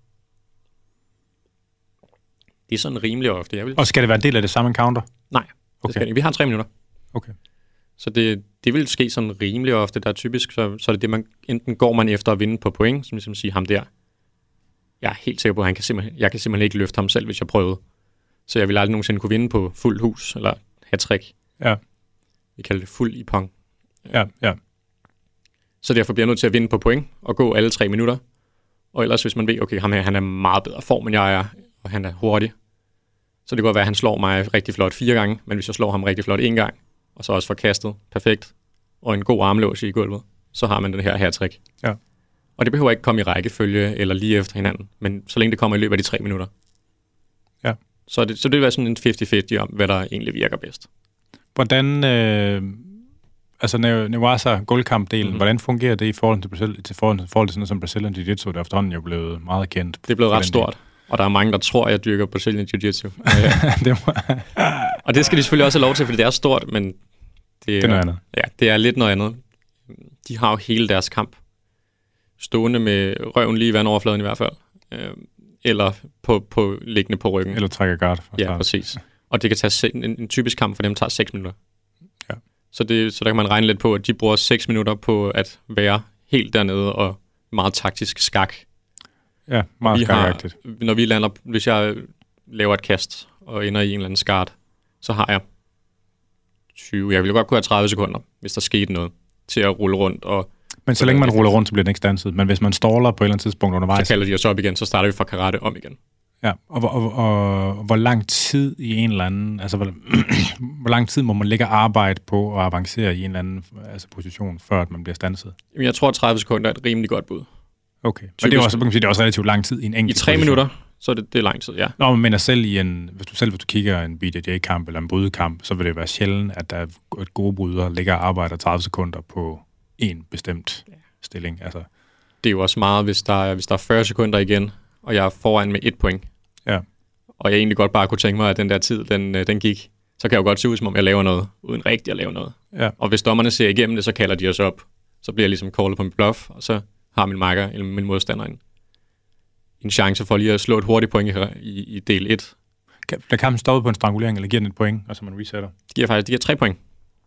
Det er sådan rimelig ofte. Jeg vil... Og skal det være en del af det samme encounter? Nej, okay. Det skal det. Vi har tre minutter. Okay. Så det, det vil ske sådan rimelig ofte. Der er typisk, så, så er det det, man enten går man efter at vinde på point, som ligesom siger ham der. Jeg er helt sikker på, at han kan simpelthen, jeg kan simpelthen ikke løfte ham selv, hvis jeg prøvede. Så jeg vil aldrig nogensinde kunne vinde på fuld hus, eller hat-trick. Ja. Vi kalder det fuld i pong. Ja, ja. Så derfor bliver jeg nødt til at vinde på point, og gå alle tre minutter. Og ellers, hvis man ved, okay, ham her, han er meget bedre form, end jeg er, og han er hurtig. Så det kan godt være, at han slår mig rigtig flot fire gange, men hvis jeg slår ham rigtig flot en gang, og så også får kastet perfekt, og en god armlås i gulvet, så har man den her hat-trick. Ja. Og det behøver ikke komme i rækkefølge, eller lige efter hinanden, men så længe det kommer i løbet af de tre minutter. Ja. Så det, så det vil være sådan en halvtreds halvtreds om, hvad der egentlig virker bedst. Hvordan, øh, altså Newaza gulvkampdelen, mm-hmm. hvordan fungerer det i forhold til, Brazil, til forhold, forhold til sådan noget som Brazilian Jiu-Jitsu, der efterhånden jo blevet meget kendt? Det er blevet ret stort, og der er mange, der tror, at jeg dyrker Brazilian Jiu-Jitsu. det må... og det skal de selvfølgelig også have lov til, fordi det er stort, men det, det er noget andet. Ja, det er lidt noget andet. De har jo hele deres kamp stående med røven lige i vandoverfladen i hvert fald. Øh, eller på, på, liggende på ryggen. Eller trækker guard. Ja, præcis. Og det kan tage en, en typisk kamp for dem tager seks minutter. Ja. Så, det, så der kan man regne lidt på, at de bruger seks minutter på at være helt dernede og meget taktisk skak. Ja, meget skakagtigt. Når vi lander, hvis jeg laver et kast og ender i en eller anden skart, så har jeg tyve, jeg ville godt kunne have tredive sekunder, hvis der skete noget, til at rulle rundt. Og men så længe man ruller rundt, så bliver den ikke standset. Men hvis man staller på et eller andet tidspunkt undervejs... Så kalder de os op igen, så starter vi fra karate om igen. Ja, og, og, og, og hvor lang tid i en eller anden... Altså, hvor, hvor lang tid må man lægge arbejde på at avancere i en eller anden altså, position, før at man bliver standset? Jeg tror, at tredive sekunder er et rimelig godt bud. Okay, men det er, også, man kan sige, det er også relativt lang tid i en enkelt I tre position. minutter, så er det, det er lang tid, ja. Nå, men selv i en, hvis du selv hvis du kigger en B J J-kamp eller en brydekamp, så vil det være sjældent, at der er et gode bryder, ligger og arbejder tredive sekunder på en bestemt ja. stilling. Altså. Det er jo også meget, hvis der, er, hvis der er fyrre sekunder igen, og jeg er foran med et point. Ja. Og jeg egentlig godt bare kunne tænke mig, at den der tid, den, den gik, så kan jeg jo godt se ud, som om jeg laver noget, uden rigtigt at lave noget. Ja. Og hvis dommerne ser igennem det, så kalder de os op. Så bliver jeg ligesom callet på min bluff, og så har min makker eller min modstander en, en chance for lige at slå et hurtigt point i, i del et. Kan, der kan man stoppe på en strangulering, eller giver den et point, og så man resetter? Det giver faktisk det giver tre point.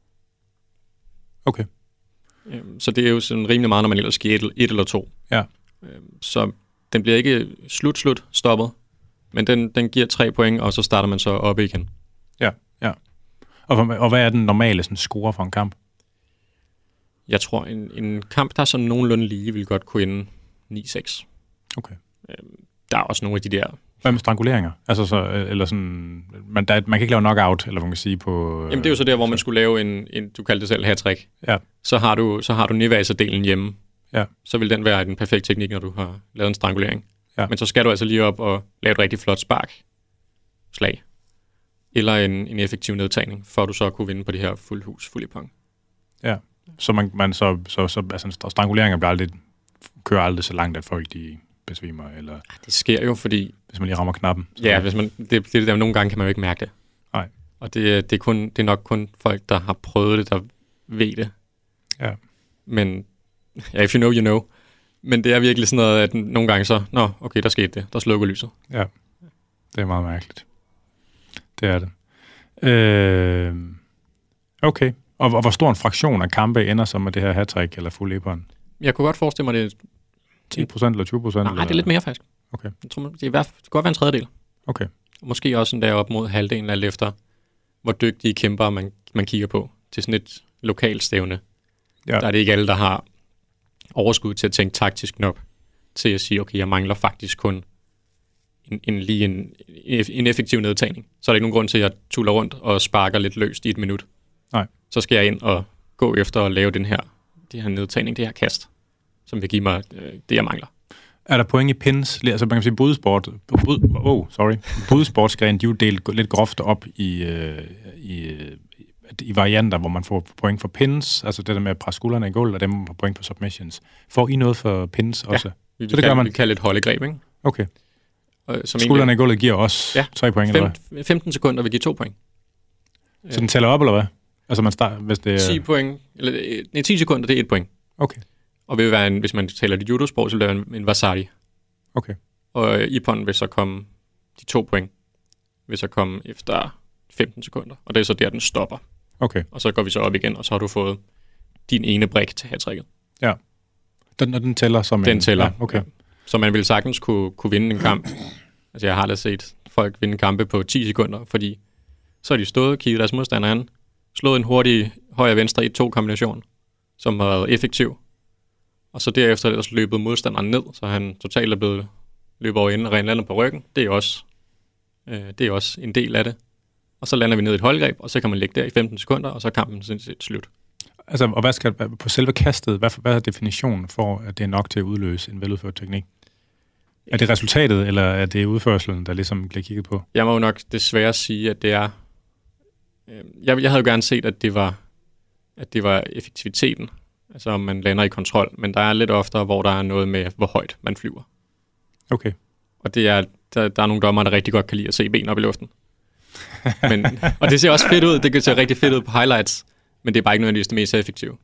Okay. Så det er jo sådan rimelig meget, når man ellers giver et, et eller to. Ja. Så den bliver ikke slut-slut stoppet, men den, den giver tre point, og så starter man så op igen. Ja, ja. Og, og hvad er den normale sådan, score for en kamp? Jeg tror, en, en kamp, der er sådan nogenlunde lige, vil godt kunne ende ni seks. Okay. Der er også nogle af de der... Hvad med stranguleringer? Altså så, eller sådan... Man, der, man kan ikke lave knockout, eller man kan sige på... Jamen det er jo så der, hvor man skulle lave en, en du kaldte det selv hat-trick. Ja. Så har du, så har du Nevasa-delen hjemme. Ja. Så vil den være den perfekte teknik, når du har lavet en strangulering. Ja. Men så skal du altså lige op og lave et rigtig flot spark. Slag. Eller en, en effektiv nedtagning, for at du så kunne vinde på det her fuld hus, fuld i pong. Ja. Så man, man så, så, så altså stranguleringer bliver aldrig, kører aldrig så langt, at folk de besvimer, eller... Det sker jo, fordi... Hvis man lige rammer knappen. Ja, hvis man, det, det, det der, nogle gange kan man jo ikke mærke det. Nej. Og det, det, er kun, det er nok kun folk, der har prøvet det, der ved det. Ja. Men, ja, if you know, you know. Men det er virkelig sådan noget, at nogle gange så, nå, okay, der skete det, der slukker lyset. Ja, det er meget mærkeligt. Det er det. Øh, okay. Og, og hvor stor en fraktion af kampe ender så med det her hat-trick eller full e-pon? Jeg kunne godt forestille mig, det er... ti procent eller tyve procent? Nej, eller? Det er lidt mere faktisk. Okay. Jeg tror, det, er, det kan godt være en tredjedel. Okay. Måske også en der op mod halvdelen, alt efter, hvor dygtige kæmpere man, man kigger på. Til sådan et lokalt stævne. Ja. Der er det ikke alle, der har overskud til at tænke taktisk nok, til at sige, okay, jeg mangler faktisk kun en, en, lige en, en effektiv nedtagning. Så er der ikke nogen grund til, at jeg tuller rundt og sparker lidt løst i et minut. Nej. Så skal jeg ind og gå efter at lave den her, det her nedtagning, det her kast, som vil give mig øh, det, jeg mangler. Er der point i pins? Altså man kan sige, brydesport, bryd, oh, sorry, brydesportsgren, de er jo delt lidt groft op i, øh, i, i varianter, hvor man får point for pins, altså det der med at presse skuldrene i gulvet, og dem får point på submissions. Får I noget for pins også? Ja, vi, vi, så det kan, gør man. Vi kalder et holdegreb, ikke? Okay. Og, som skuldrene egentlig, i gulvet giver også ja, tre point, fem, eller hvad? femten sekunder vil give to point. Så den tæller op, eller hvad? Altså man starter, hvis det er... ti point, eller nej, ti sekunder, det er et point. Okay. Og vil være en, hvis man taler det judosport, så vil det være en, en Vasari. Okay. Og Ippon vil så komme, de to point, vil så komme efter femten sekunder. Og det er så der, den stopper. Okay. Og så går vi så op igen, og så har du fået din ene brik til hat-tricket. Ja. Den, den tæller som den en... tæller, ja, okay. Ja. Så man vil sagtens kunne, kunne vinde en kamp. Altså jeg har aldrig set folk vinde kampe på ti sekunder, fordi så har de stået, kigget deres modstander an, slået en hurtig højre-venstre i to kombination, som har været effektiv. Og så derefter ellers løbet modstanderen ned, så han totalt er blevet løbet over inden og rent landet på ryggen. Det er også, øh, det er også en del af det. Og så lander vi ned i et holdgreb, og så kan man ligge der i femten sekunder, og så er kampen sådan set slut. Altså, og hvad skal på selve kastet, hvad, hvad er definitionen for, at det er nok til at udløse en veludført teknik? Er det resultatet, eller er det udførselen, der ligesom bliver kigget på? Jeg må jo nok desværre sige, at det er... Øh, jeg, jeg havde jo gerne set, at det var, at det var effektiviteten, altså om man lander i kontrol, men der er lidt oftere, hvor der er noget med, hvor højt man flyver. Okay. Og det er, der, der er nogle dommer, der rigtig godt kan lide at se ben op i luften. Men, og det ser også fedt ud, det kan se rigtig fedt ud på highlights, men det er bare ikke nødvendigvis det mest effektive.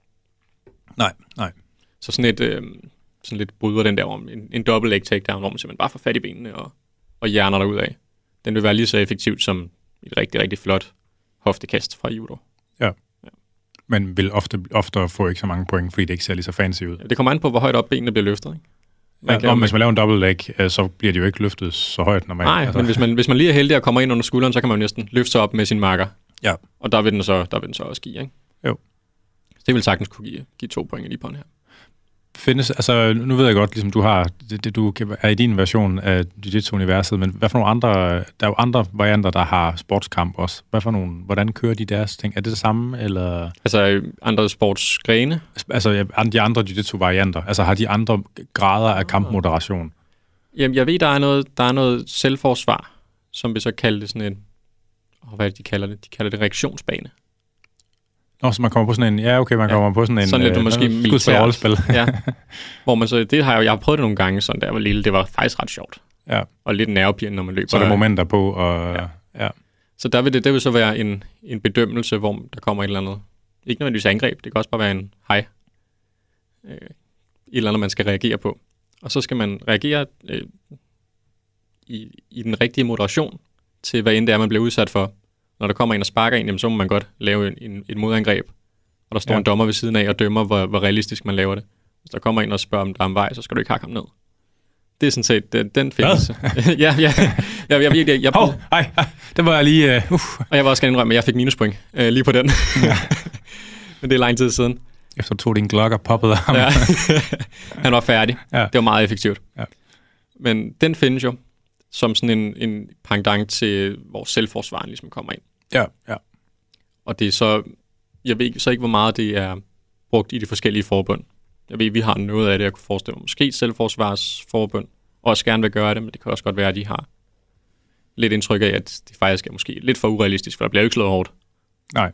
Nej, nej. Så sådan et, øh, sådan lidt bryder den der om en, en double leg takedown, hvor man simpelthen bare får fat i benene og, og hjerner derud af. Den vil være lige så effektivt som et rigtig, rigtig flot hoftekast fra judo. Ja. Ja. Men vil ofte, ofte få ikke så mange point, fordi det ikke ser lige så fancy ud. Ja, det kommer an på, hvor højt op benene bliver løftet, ikke? Ja, kan, om, hvis man laver en double leg, så bliver det jo ikke løftet så højt normalt. Nej, altså. Men hvis man, hvis man lige er heldig og kommer ind under skulderen, så kan man jo næsten løfte sig op med sin marker. Ja. Og der vil den så, der vil den så også give, ikke? Jo. Det vil sagtens kunne give, give to point i lige på den her. Findes, altså nu ved jeg godt, ligesom du har, det, det, du er i din version af Jiu-Jitsu-universet, men hvad for nogle andre, der er jo andre varianter, der har sportskamp også. Hvad for nogle, hvordan kører de deres ting? Er det det samme, eller? Altså andre sportsgrene? Altså de andre Jiu-Jitsu-varianter, altså har de andre grader af kampmoderation? Jamen, jeg ved, der er noget, der er noget selvforsvar, som vi så kalder det sådan en... Oh, hvad er det, de kalder det? De kalder det reaktionsbane. Nå, så man kommer på sådan en... Ja, okay, man ja. kommer på sådan en... Sådan lidt, øh, måske militært. Ja. Hvor man så... Det har jeg, jeg har prøvet det nogle gange, sådan da jeg var lille. Det var faktisk ret sjovt. Ja. Og lidt nervepirrende, når man løber. Så er der momenter på, og... Ja. ja. Så der vil det, det vil så være en, en bedømmelse, hvor der kommer et eller andet... Ikke nødvendigvis angreb, det kan også bare være en hej. Øh, et eller andet, man skal reagere på. Og så skal man reagere øh, i, i den rigtige moderation til, hvad end det er, man bliver udsat for. Når der kommer en og sparker en, jamen, så må man godt lave en, en, et modangreb. Og der står ja. en dommer ved siden af og dømmer, hvor, hvor realistisk man laver det. Hvis der kommer en og spørger, om der er en vej, så skal du ikke hakke ham ned. Det er sådan set den, den findes. ja, ja. Jeg, jeg, jeg, jeg, jeg, oh, ej, ej, det var jeg lige... Uh, uh. Og jeg var også gerne indrømme, at jeg fik minuspoint uh, lige på den. Ja. Men det er lang tid siden. Efter du tog din glok og poppede ham. Ja. Han var færdig. Ja. Det var meget effektivt. Ja. Men den findes jo som sådan en, en pendant til, hvor selvforsvaren ligesom kommer ind. Ja, ja. Og det er så... Jeg ved så ikke, hvor meget det er brugt i de forskellige forbund. Jeg ved, vi har noget af det, jeg kunne forestille mig. Måske selvforsvarsforbund også gerne vil gøre det, men det kan også godt være, at de har lidt indtryk af, at det faktisk er måske lidt for urealistisk, for der bliver jo ikke slået hårdt. Nej.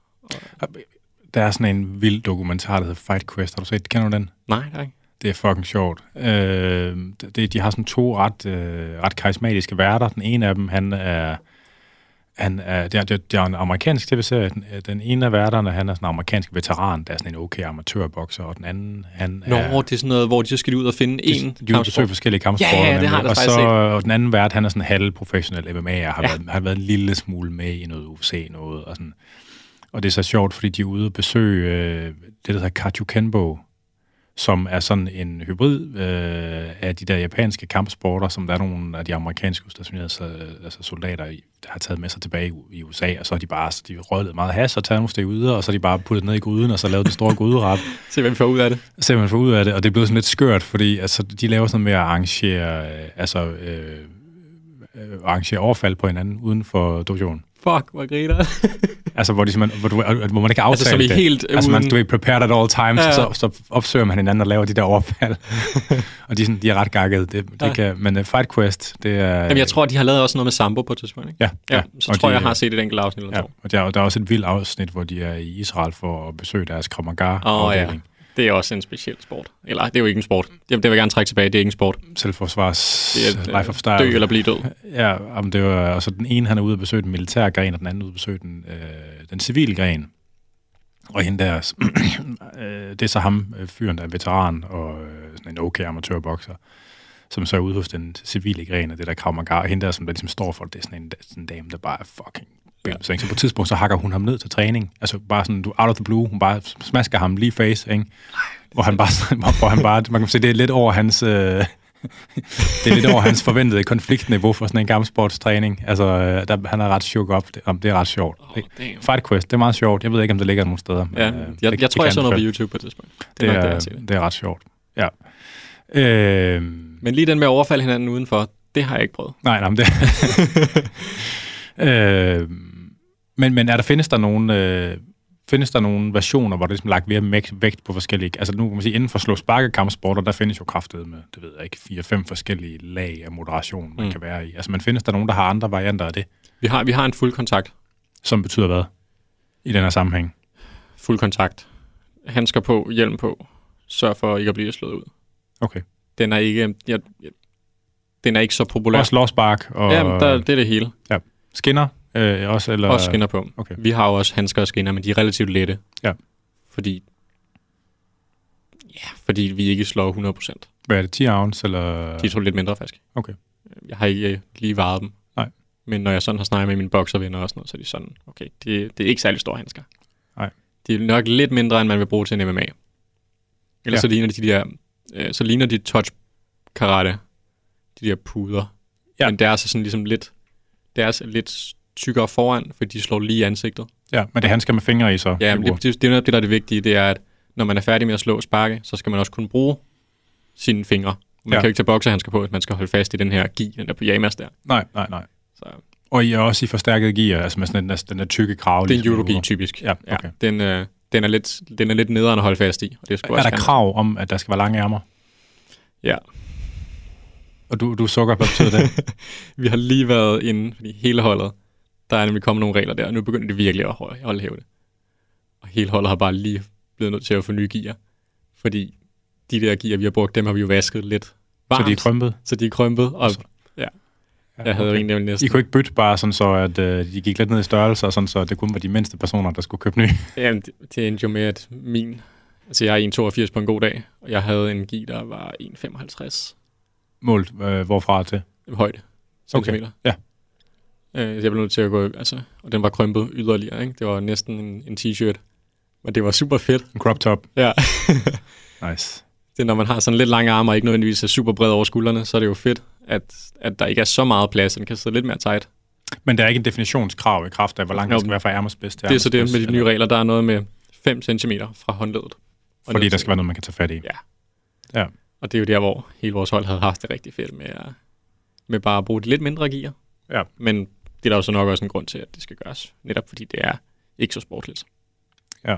Der er sådan en vild dokumentar, der hedder Fight Quest. Har du set? Kender du den? Nej, nej. Det er fucking sjovt. Øh, det, de har sådan to ret, øh, ret karismatiske værter. Den ene af dem, han er... Han er, det, er, det er en amerikansk tv-serie. Den, den ene af værterne, han er sådan en amerikansk veteran, der er sådan en okay amatørbokser, og den anden, han Nå, er... det er sådan noget, hvor de så skal ud og finde de, en De besøger forskellige kampsporter. Ja, ja, det har jeg og faktisk så, set. Og den anden vært, han er sådan en halvprofessionel M M A'er, har, ja. været, har været en lille smule med i noget U F C noget, og sådan. Og det er så sjovt, fordi de er ude og besøge øh, det, der hedder Kajukenbo, som er sådan en hybrid øh, af de der japanske kampsporter, som der er nogle af de amerikanske udstationerede altså soldater, der har taget med sig tilbage i U S A, og så har de bare de røget meget has og taget nogle steg ude, og så har de bare puttet ned i gryden, og så lavet det store gryderet. Se, hvad vi får ud af det. Se, hvad vi får ud af det, og det er blevet sådan lidt skørt, fordi altså, de laver sådan med at arrangere, altså, øh, øh, arrangere overfald på hinanden uden for dojoen. Fuck, hvor griner. Altså, hvor, de, hvor, du, hvor man ikke aftale altså, så vi det. Helt altså, uden... man, du er prepared at all times, ja. så, så opsøger man hinanden og laver de der overfald. og de er, sådan, de er ret gakkede. Det, det ja. kan, men uh, Fight Quest, det er... Jamen, jeg tror, de har lavet også noget med Sambo på et tidspunkt, ikke? Ja. ja, ja. Så og tror de, jeg, jeg har set et enkelt afsnit eller ja. to. Og der, der er også et vildt afsnit, hvor de er i Israel for at besøge deres Krav Maga-afdeling. Oh, ja. Det er også en speciel sport. Eller, det er jo ikke en sport. Det, det vil jeg gerne trække tilbage. Det er ikke en sport. Selvforsvars det er et, life of style. Dø eller blive død. Ja, om det var, altså den ene, han er ude at besøge den militære gren, og den anden ude at besøge den, øh, den civile gren. Og hende der, øh, det er så ham, fyren, der er veteran, og øh, sådan en okay amatørbokser, som så er ude hos den civile gren, og det der Krav Maga, og hende der, som der ligesom står for, det er sådan en, sådan en dame, der bare er fucking bim. Ja. Så på et tidspunkt, så hakker hun ham ned til træning. Altså bare sådan, du out of the blue, hun bare smasker ham lige face, ikke? Hvor han bare, hvor han bare, man kan sige, det er lidt over hans, øh, det er lidt over hans forventede konfliktniveau for sådan en kampsportstræning. Altså, der, han er ret shook op. Det, det er ret sjovt. Oh, Fight Quest, det er meget sjovt. Jeg ved ikke, om det ligger nogen steder. Men, ja, øh, jeg, det, jeg tror, jeg så noget på YouTube på et tidspunkt. Det, det, er, det, det er ret sjovt, ja. Øh, men lige den med at overfalde hinanden udenfor, det har jeg ikke prøvet. Nej, nej, men det... øh, men, men er der, findes der nogen... Øh, Findes der nogle versioner, hvor der ligesom lagt mere vægt på forskellige... Altså nu kan man sige, inden for slå-sparke-kampsporter, der findes jo kraftet med, det ved jeg ikke, fire-fem forskellige lag af moderation, man mm. kan være i. Altså, men findes der nogen, der har andre varianter af det? Vi har, vi har en fuld kontakt. Som betyder hvad? I den her sammenhæng? Fuld kontakt. Handsker på, hjelm på. Sørg for ikke at blive slået ud. Okay. Den er ikke... Jeg, jeg, den er ikke så populær. Også slåspark og... Ja, der, det er det hele. Ja. Skinner? Øh, også, eller... også skinner på. Okay. Vi har jo også handsker og skinner, men de er relativt lette. Ja. Fordi... Ja, fordi vi ikke slår hundrede procent. Hvad er det? ti ounce, eller...? De er lidt mindre, faktisk. Okay. Jeg har ikke lige varet dem. Nej. Men når jeg sådan har snakket med mine bokservenner og sådan noget, så er de sådan, okay, det, det er ikke særlig store handsker. Nej. De er nok lidt mindre, end man vil bruge til en M M A. Ellers ja. så ligner de de der... Øh, så ligner de touch karate. De der puder. Ja. Men det er så sådan ligesom lidt... Det er så lidt... tykkere foran, fordi de slår lige i ansigtet. Ja, men det er handsker med fingre i så. Ja, men det, det, det er noget det, der er det vigtige, det er, at når man er færdig med at slå og sparke, så skal man også kunne bruge sine fingre. Man ja. kan jo ikke tage bokserhandsker på, at man skal holde fast i den her gi, den der pyjamas der. Nej, nej, nej. Så. Og I er også i forstærket gear, altså med sådan den, den der tykke krav. Det er en judogi typisk. Ja, okay. Ja, den, øh, den, er lidt, den er lidt nederen at holde fast i. Og det er er der krav om, at der skal være lange ærmer? Ja. Og du, du sukker, hvad betyder det? Vi har lige været inde, fordi hele holdet, der er nemlig kommet nogle regler der, og nu begynder det virkelig at holde hævde. Og hele holdet har bare lige blevet nødt til at få nye gear. Fordi de der gear, vi har brugt, dem har vi jo vasket lidt varmt. Så de er krympet? Så de er krympet, og ja. Ja, jeg havde okay. jo egentlig næsten... I kunne ikke bytte bare sådan så, at øh, de gik lidt ned i størrelse, og sådan så det kun var de mindste personer, der skulle købe nye? Jamen, det, det endte jo med, at min... Altså, jeg er en komma toogfirs på en god dag, og jeg havde en gi, der var en komma femoghalvtreds. Målt øh, hvorfra til? Højde. Centimeter. Okay. Ja. Øh, jeg blev nødt til at gå... Altså, og den var krympet yderligere, ikke? Det var næsten en, en t-shirt. Men det var super fedt. En crop top? Ja. Nice. Det, når man har sådan lidt lange arme og ikke nødvendigvis er super bred over skuldrene, så er det jo fedt, at, at der ikke er så meget plads, den kan sidde lidt mere tight. Men der er ikke en definitionskrav i kraft af, hvor langt det skal være fra ærmespids til Det er så det med de nye eller? regler. Der er noget med fem centimeter fra håndledet. Fordi der skal være noget, man kan tage fat i. Ja. Ja. Og det er jo der, hvor hele vores hold havde haft det rigtig fedt med, at, med bare at bruge de lidt mindre gear. Ja. Men det er der jo så nok også en grund til, at det skal gøres. Netop fordi det er ikke så sportligt. Ja.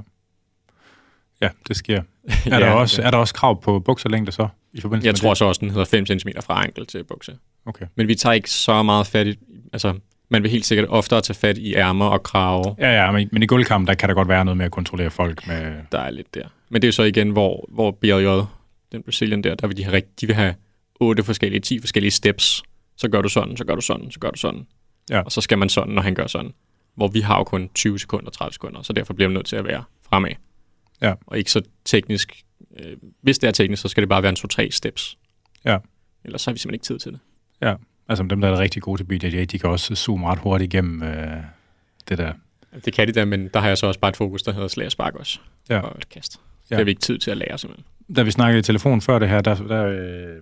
Ja, det sker. Er, der ja, også, det. er der også krav på bukserlængde så? I forbindelse Jeg med tror det? så også, den hedder fem centimeter fra ankel til bukse. Okay. Men vi tager ikke så meget fat i... Altså, man vil helt sikkert oftere tage fat i ærmer og krave. Ja, ja, men, men i gulvkampen, der kan der godt være noget med at kontrollere folk med... Der er lidt der. Men det er så igen, hvor, hvor B J J, den Brazilian der, der vil de have, de vil have otte forskellige, ti forskellige steps. Så gør du sådan, så gør du sådan, så gør du sådan. Ja. Og så skal man sådan, når han gør sådan. Hvor vi har jo kun tyve sekunder, tredive sekunder, så derfor bliver man nødt til at være fremad. Ja. Og ikke så teknisk. Øh, hvis det er teknisk, så skal det bare være en to-tre steps. Ja. Ellers så har vi simpelthen ikke tid til det. Ja, altså dem, der er rigtig gode til B J J, de kan også zoome ret hurtigt igennem øh, det der. Det kan de da, men der har jeg så også bare et fokus, der hedder slag og spark også. Ja. Og et kast. Ja. Det Ja. har vi ikke tid til at lære simpelthen. Da vi snakkede i telefon før det her, der, der, øh,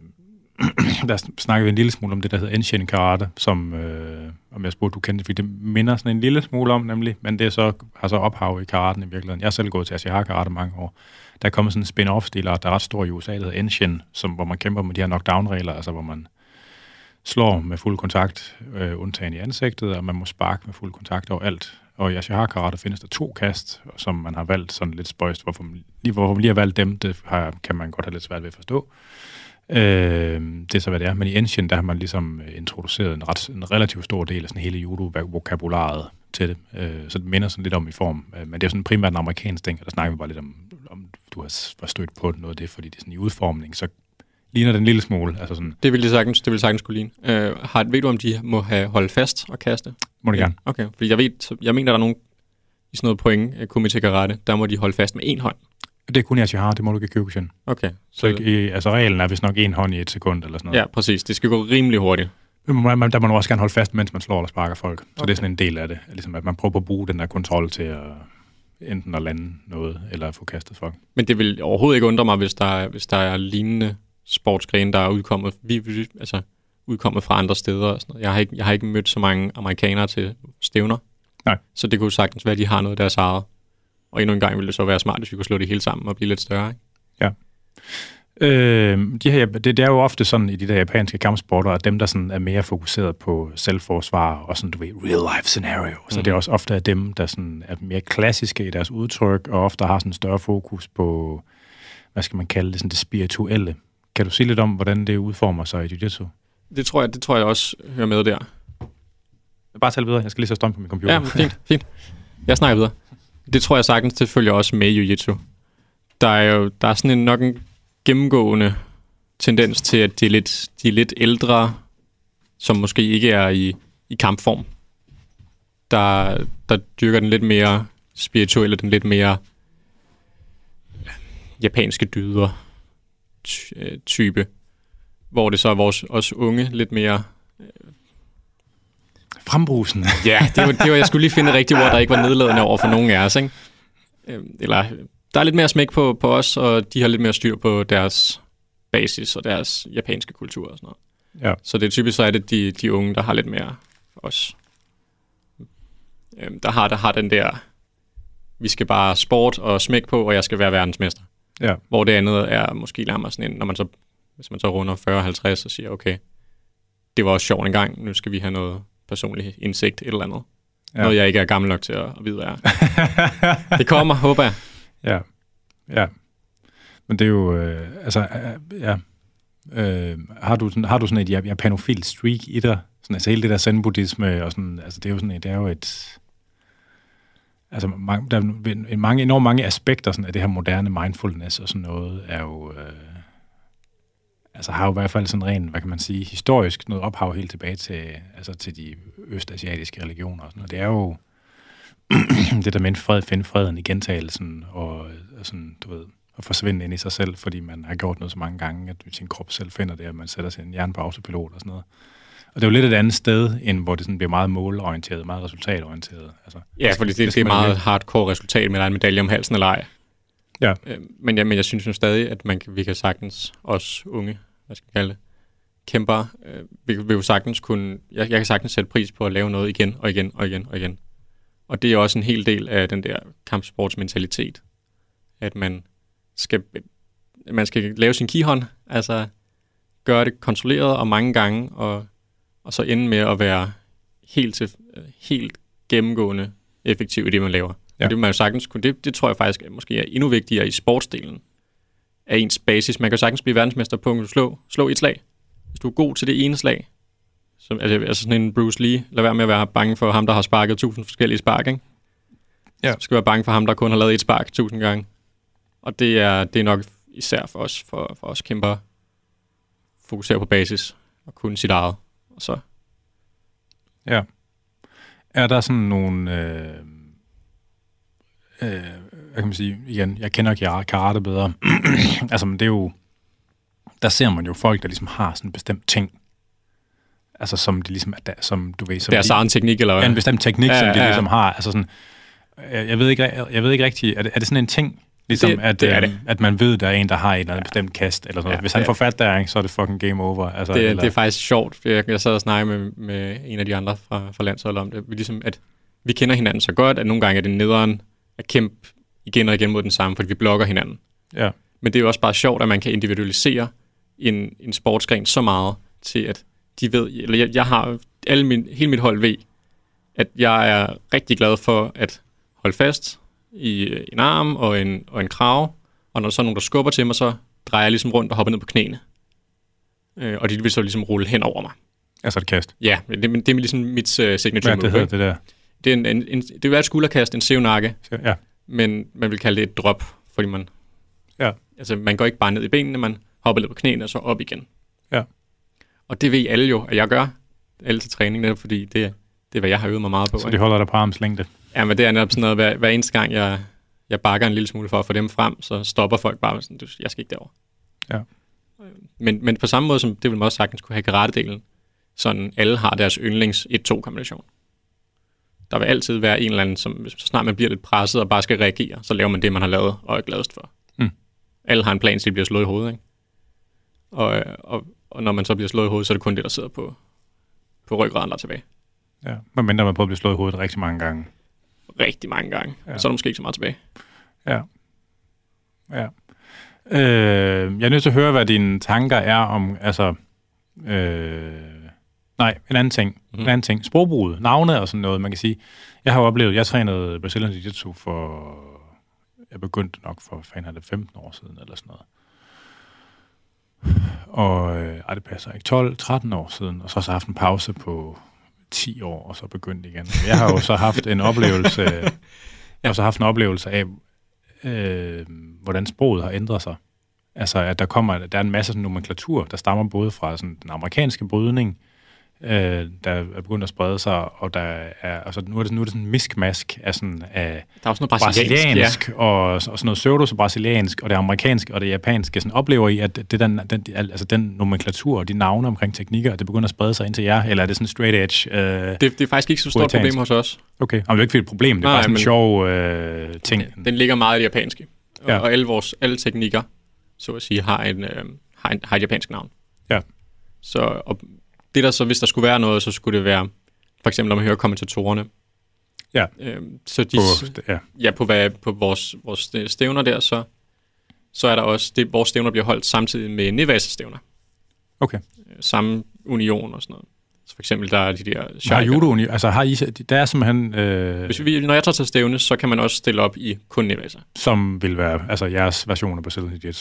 der snakkede vi en lille smule om det, der hedder Enshin Karate, som, øh, om jeg spurgte, du kendte, fordi det minder sådan en lille smule om, nemlig, men det er så, har så ophav i karaten i virkeligheden. Jeg har selv gået til Ashihara Karate mange år. Der er kommet sådan en spin-off-stil, der er ret stor i U S A, der hedder Enshin, som, hvor man kæmper med de her knockdown-regler, altså hvor man slår med fuld kontakt, øh, undtagen i ansigtet, og man må sparke med fuld kontakt overalt. Og i Ashihara Karate findes der to kast, som man har valgt sådan lidt spøjst. Hvorfor man lige, hvorfor man lige har valgt dem, det har, kan man godt have lidt svært ved at forstå. Øh, det er så, hvad det er. Men i Enshin, der har man ligesom introduceret en, ret, en relativt stor del af sådan hele judo-vokabularet til det. Øh, så det minder sådan lidt om i form. Men det er sådan primært en amerikansk ting, og der snakker vi bare lidt om, om du har stødt på noget af det, fordi det er sådan i udformning, så ligner det en lille smule. Altså sådan, Det vil de sagtens, det vil sagtens kunne ligne. Øh, har, ved du, om de må have holdt fast og kaste? må det Ja. gerne. Okay, fordi jeg ved, jeg mener, der er nogen i sådan noget point, Kumite Karate, der må de holde fast med en hånd. Det er kun i Ashihara, det må du ikke i Kyokushin. Okay. Så i, altså reglen er vist nok en hånd i et sekund eller sådan noget. Ja, præcis. Det skal gå rimelig hurtigt. Man, man, der må man også gerne holde fast, mens man slår eller sparker folk. Så Okay. det er sådan en del af det. Ligesom at man prøver at bruge den der kontrol til at enten at lande noget, eller at få kastet folk. Men det vil overhovedet ikke undre mig, hvis der, er, hvis der er lignende sportsgrene, der er udkommet, vi, vi, altså, udkommet fra andre steder. Og sådan noget. Jeg, har ikke, jeg har ikke mødt så mange amerikanere til stævner. Nej. Så det kunne sagtens være, at de har noget af deres eget. Og endnu en gang ville det så være smart, hvis vi kunne slå det hele sammen og blive lidt større. Ikke? Ja. Øh, de her, det, det er jo ofte sådan i de der japanske kampsporter, at dem, der sådan er mere fokuseret på selvforsvar og sådan, du ved, real life scenario, så Mhm. det er også ofte af dem, der sådan er mere klassiske i deres udtryk, og ofte har sådan en større fokus på, hvad skal man kalde det, sådan det spirituelle. Kan du sige lidt om, hvordan det udformer sig i jiu-jitsu? Det tror jeg, det tror jeg også hører med der. Bare tal videre, jeg skal lige så strøm på min computer. Ja, fint, fint. Jeg snakker videre. Det tror jeg sagtens, det følger også med i jiu-jitsu. Der er jo der er sådan en, nok en gennemgående tendens til, at de er lidt, de er lidt ældre, som måske ikke er i, i kampform. Der, der dyrker den lidt mere spirituelle, den lidt mere japanske dyder ty- øh, type. Hvor det så er vores også unge lidt mere... Frembrusen. Ja, det var, det var, jeg skulle lige finde et rigtigt ord, der ikke var nedladende over for nogen af os, ikke? Øhm, Eller, der er lidt mere smæk på, på os, og de har lidt mere styr på deres basis og deres japanske kultur og sådan noget. Ja. Så det er typisk så er det de, de unge, der har lidt mere os. Øhm, der, har, der har den der, vi skal bare sport og smæk på, og jeg skal være verdensmester. Ja. Hvor det andet er måske nærmere sådan en, når man så, hvis man så runder fyrre halvtreds og siger, okay, det var også sjovt en gang, nu skal vi have noget personlig indsigt, et eller andet. Ja. Noget, jeg ikke er gammel nok til at, at vide af. Det kommer, håber jeg. Ja, ja. Men det er jo, øh, altså, øh, ja. Øh, har, du sådan, har du sådan et japanofil streak i dig? Sådan, altså hele det der zen-buddhisme, og sådan, altså det er jo sådan, det er jo et... Altså, mange, der er mange, enormt mange aspekter sådan, af det her moderne mindfulness og sådan noget, er jo... Øh, altså har jo i hvert fald sådan rent, hvad kan man sige, historisk noget ophav helt tilbage til, altså til de østasiatiske religioner og sådan noget. Det er jo det der med fred, finde freden i gentagelsen, og, og sådan, du ved, at forsvinde ind i sig selv, fordi man har gjort noget så mange gange, at sin krop selv finder det, og man sætter sin hjerne på autopilot og sådan noget. Og det er jo lidt et andet sted, end hvor det sådan bliver meget målorienteret, meget resultatorienteret. Altså, ja, fordi det, det, det er meget lidt hardcore resultat med en medalje om halsen eller ej. Ja. Øh, men, ja, men jeg synes jo stadig, at man kan, vi kan sagtens, os unge, hvad skal vi kalde det, kæmper, øh, vi vil jo sagtens kunne, jeg, jeg kan sagtens sætte pris på at lave noget igen og igen og igen og igen. Og det er også en hel del af den der kampsportsmentalitet, at man skal, man skal lave sin kihånd, altså gøre det kontrolleret og mange gange, og, og så ende med at være helt, til, helt gennemgående effektiv i det, man laver. Ja. Og det, man jo sagtens kunne, det, det tror jeg faktisk måske er endnu vigtigere i sportsdelen af ens basis. Man kan jo sagtens blive verdensmester på at slå, slå et slag. Hvis du er god til det ene slag, som, altså, altså sådan en Bruce Lee, lad være med at være bange for ham, der har sparket tusind forskellige spark, ikke? Ja. Du skal være bange for ham, der kun har lavet et spark tusind gange. Og det er, det er nok især for os, for, for os kæmper, fokusere på basis og kunne sit eget. Og så. Ja. Er der sådan nogle... Øh, øh, hvad kan man sige? Igen, jeg kender karate bedre. Altså, det er jo... Der ser man jo folk, der ligesom har sådan en bestemt ting. Altså, som de ligesom... Der, som du ved... Som Deres de, egen teknik, eller hvad? Ja, en bestemt teknik, ja, som de ja, ja. ligesom har. Altså sådan... Jeg, jeg ved ikke, jeg ved ikke rigtigt... Er det, er det sådan en ting... Ligesom, det, at, det er øh, det. at man ved, der er en, der har et eller andet bestemt kast, eller sådan noget. Ja, Hvis han ja. får fat der, så er det fucking game over. Altså, det, eller... det er faktisk sjovt. Jeg, jeg sad og snakkede med, med en af de andre fra, fra landsholdet om det. Vi, ligesom, at vi kender hinanden så godt, at nogle gange er det nederen at kæmpe igen og igen mod den samme, fordi vi blokker hinanden. Ja. Men det er jo også bare sjovt, at man kan individualisere en, en sportsgren så meget, til at de ved, eller jeg, jeg har alle min, hele mit hold ved, at jeg er rigtig glad for at holde fast i en arm og en, og en krave, og når der så er nogen, der skubber til mig, så drejer jeg ligesom rundt og hopper ned på knæene. Øh, og de vil så ligesom rulle hen over mig. Altså et kast? Ja, det, det er ligesom mit uh, signature Hvad move. det hedder det der? Det, er en, en, en, det vil være et skulderkast, en seonakke, ja. Men man vil kalde det et drop, fordi man, ja. altså, man går ikke bare ned i benene, man hopper lidt på knæene og så op igen. Ja. Og det ved alle jo, at jeg gør. Alle til træning, netop fordi det, det er, hvad jeg har øvet mig meget på. Så de holder dig på armslængde? Ja, men det er netop sådan noget, hver, hver eneste gang, jeg, jeg bakker en lille smule for at få dem frem, så stopper folk bare sådan, jeg skal ikke derover. Ja. Men, men på samme måde, som det vil man også sagtens kunne have karate-delen, sådan alle har deres yndlings et to kombination. Der vil altid være en eller anden, som så snart man bliver lidt presset og bare skal reagere, så laver man det, man har lavet og er gladest for. Mm. Alle har en plan, så de bliver slået i hovedet, ikke? Og, og, og når man så bliver slået i hovedet, så er det kun det, der sidder på, på ryggraden, der er tilbage. Ja, men mindre man på at blive slået i hovedet rigtig mange gange. Rigtig mange gange. Ja. Så er der måske ikke så meget tilbage. Ja. Ja. Øh, jeg er nødt til at høre, hvad dine tanker er om, altså... Øh, nej, en anden ting. Mm-hmm. En anden ting. Sprogbruget, navne og sådan noget, man kan sige. Jeg har jo oplevet, jeg trænede Brazilian Jiu-Jitsu for... Jeg begyndte nok for, fan er det femten år siden, eller sådan noget. Og øh, ej, det passer ikke. tolv tretten år siden, og så har jeg haft en pause på ti år, og så begyndt igen. Jeg har jo så haft en oplevelse, jeg har så haft en oplevelse af, øh, hvordan sproget har ændret sig. Altså, at der kommer, der er en masse sådan nomenklatur, der stammer både fra sådan den amerikanske brydning, øh, der er begyndt at sprede sig, og der er, altså nu er det, nu er det sådan en miskmask af sådan af der er også noget brasiliansk, brasiliansk ja. og, og sådan noget pseudo-brasiliansk, og det amerikanske og det japanske, sådan oplever I, at det den, den, altså den nomenklatur og de navne omkring teknikker, at det begynder at sprede sig ind til jer, eller er det sådan straight edge? Øh, det, det er faktisk ikke så stort problem hos os. Okay, men det er ikke et problem, det er Nej, bare sådan en sjov øh, ting. Den, den ligger meget i det japanske, og, ja. og alle vores alle teknikker, så at sige, har, en, øh, har, en, har et japansk navn. Ja. Så og det der så, hvis der skulle være noget, så skulle det være, for eksempel når man hører kommentatorerne. Ja. Øhm, så de, på, ja. ja, på, hvad, på vores, vores stævner der, så, så er der også, det, vores stævner bliver holdt samtidig med Nevasa-stævner. Okay. Samme union og sådan noget. Så for eksempel, der er de der... Har judo, altså har I, der er simpelthen... Øh, Hvis vi, når jeg tager til stævne, så kan man også stille op i kun Nevasa. Som vil være, altså jeres version af Brazilian Jiu-Jitsu. Ja,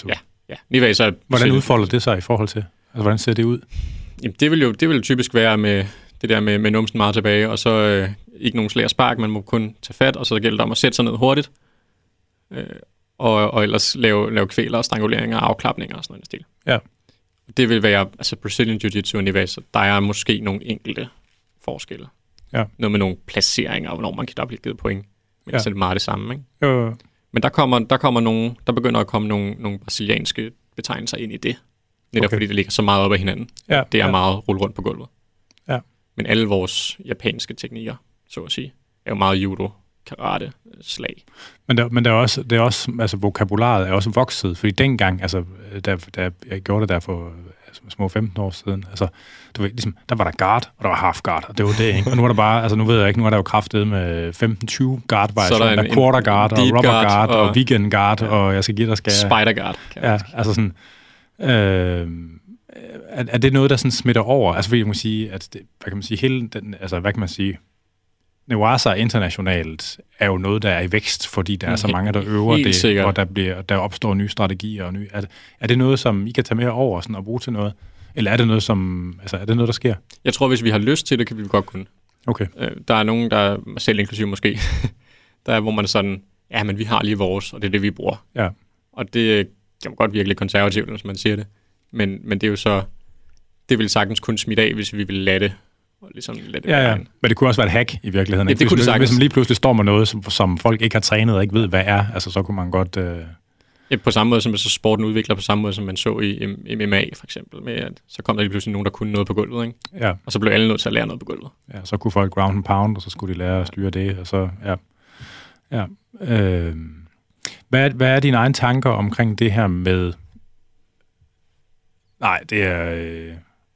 ja, Niva så... Hvordan udfolder det sig i forhold til? Altså, hvordan ser det ud? Jamen, det vil jo det vil typisk være med det der med, med numsen meget tilbage, og så øh, ikke nogen slag og spark, man må kun tage fat, og så gælder det om at sætte sig ned hurtigt, øh, og, og ellers lave, lave kvæler og stranguleringer og afklapninger og sådan noget stil. Ja. Det vil være, altså Brazilian Jiu-Jitsu og Niva, så der er måske nogle enkelte forskelle. Ja. Noget med nogle placeringer, hvornår man kan der blive givet point. Men ja. Så er det meget det samme, ikke? Jo. Men der kommer, der kommer nogle, der begynder at komme nogle, nogle brasilianske betegnelser ind i det. Netop okay. Fordi det ligger så meget op ad hinanden. Ja. Det er ja. meget rulle rundt på gulvet. Ja. Men alle vores japanske teknikker, så at sige, er jo meget judo, karate, slag. Men der, men der er også, det er også, altså vokabularet er også vokset, fordi dengang, altså, da, da jeg gjorde det der for altså, små femten år siden, altså, du ved, ligesom, der var der guard, og der var half guard, og det var det, ikke? Og nu er der bare, altså nu ved jeg ikke, nu er der jo kraftet med femten tyve guard variationer, der, der er quarter guard, og rubber guard, guard og, og weekend guard, ja. Og jeg skal give dig, skal spider guard. Ja, altså sådan, øh, er, er det noget, der sådan smitter over? Altså, fordi jeg må sige, at det, hvad kan man sige, hele den, altså, hvad kan man sige, Newaza internationalt er jo noget, der er i vækst, fordi der er så mange, der øver det, sikkert. Og der, bliver, der opstår nye strategier. Og nye, er, det, er det noget, som I kan tage med over sådan, og bruge til noget? Eller er det noget, som, altså, er det noget, der sker? Jeg tror, hvis vi har lyst til det, kan vi godt kunne. Okay. Øh, der er nogen, der mig selv inklusive måske, der er, hvor man er sådan, ja, men vi har lige vores, og det er det, vi bruger. Ja. Og det kan godt virke lidt konservativt, hvis man siger det. Men, men det er jo så, det vil sagtens kunne smitte af, hvis vi vil lade det. Og ligesom lade det ja, ja. Men det kunne også være et hack i virkeligheden. Ja, det kunne hvis, det hvis man lige pludselig står med noget, som, som folk ikke har trænet og ikke ved, hvad er, altså så kunne man godt... Øh... Ja, på samme måde som så sporten udvikler, på samme måde som man så i M M A for eksempel, med at så kom der lige pludselig nogen, der kunne noget på gulvet, ikke? Ja. Og så blev alle nødt til at lære noget på gulvet. Ja, så kunne folk ground and pound, og så skulle de lære at styre det, og så, ja. ja. Øh... Hvad, hvad er dine egne tanker omkring det her med... Nej, det er... Øh...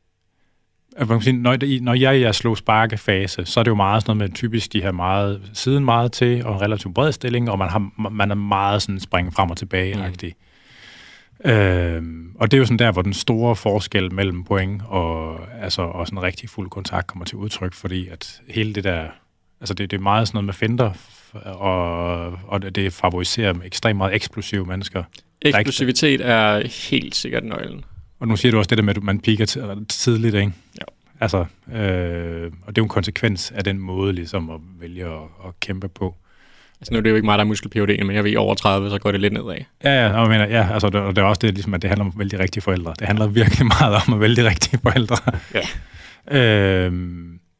Når, når jeg er i jeres slå sparkefase, så er det jo meget sådan noget med typisk de her meget siden meget til, og en relativt bred stilling, og man, har, man er meget sådan springe frem og tilbage-agtig. Mm. Øhm, og det er jo sådan der, hvor den store forskel mellem point og, altså, og sådan rigtig fuld kontakt kommer til udtryk, fordi at hele det der, altså det, det er meget sådan noget med finder, og, og det favoriserer ekstremt meget eksplosive mennesker. Eksplosivitet er helt sikkert nøglen. Og nu siger du også det der med, at man piker tidligt, ikke? Ja. Altså, øh, og det er jo en konsekvens af den måde, ligesom at vælge at, at kæmpe på. Altså nu er det jo ikke mig, der er muskel-P H D, men jeg ved over tredive, så går det lidt nedad. Ja, ja, og, mener, ja altså, det, og det er også det, ligesom, at det handler om at vælge de rigtige forældre. Det handler virkelig meget om at vælge de rigtige forældre. Ja. øh,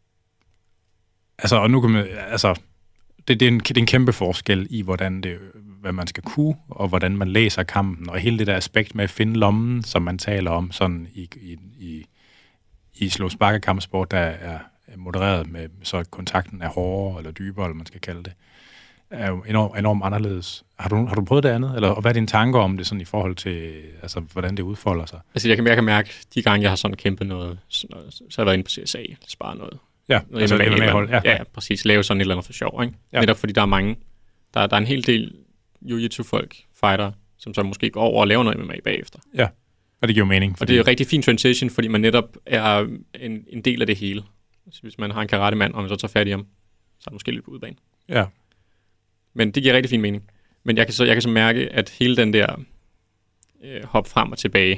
altså, og nu kan man, altså, det, det, er en, det er en kæmpe forskel i, hvordan det, hvad man skal kunne, og hvordan man læser kampen, og hele det der aspekt med at finde lommen, som man taler om sådan i, i, i, i slå-sparke-kampsport, der er modereret med, så kontakten er hårdere eller dybere, eller man skal kalde det, er jo enormt, enormt anderledes. Har du, har du prøvet det andet? Eller hvad er dine tanker om det sådan i forhold til, altså, hvordan det udfolder sig? Altså, jeg kan, jeg kan mærke, de gange, jeg har sådan kæmpet noget, sådan noget så har jeg været inde på C S A, spare noget. Ja, noget altså M M A, hold. Ja. ja, præcis. Lave sådan et eller andet for sjov, ikke? Ja. Netop fordi der er mange, der, der er en hel del jiu-jitsu-folk, fighter, som så måske går over og laver noget M M A bagefter. Ja, og det giver mening. Fordi... Og det er jo rigtig fin transition, fordi man netop er en, en del af det hele. Altså, hvis man har en karate-mand, og man så tager fat i ham, så er det måske lidt på udebane. Ja. Men det giver rigtig fin mening. Men jeg kan så, jeg kan så mærke, at hele den der øh, hop frem og tilbage,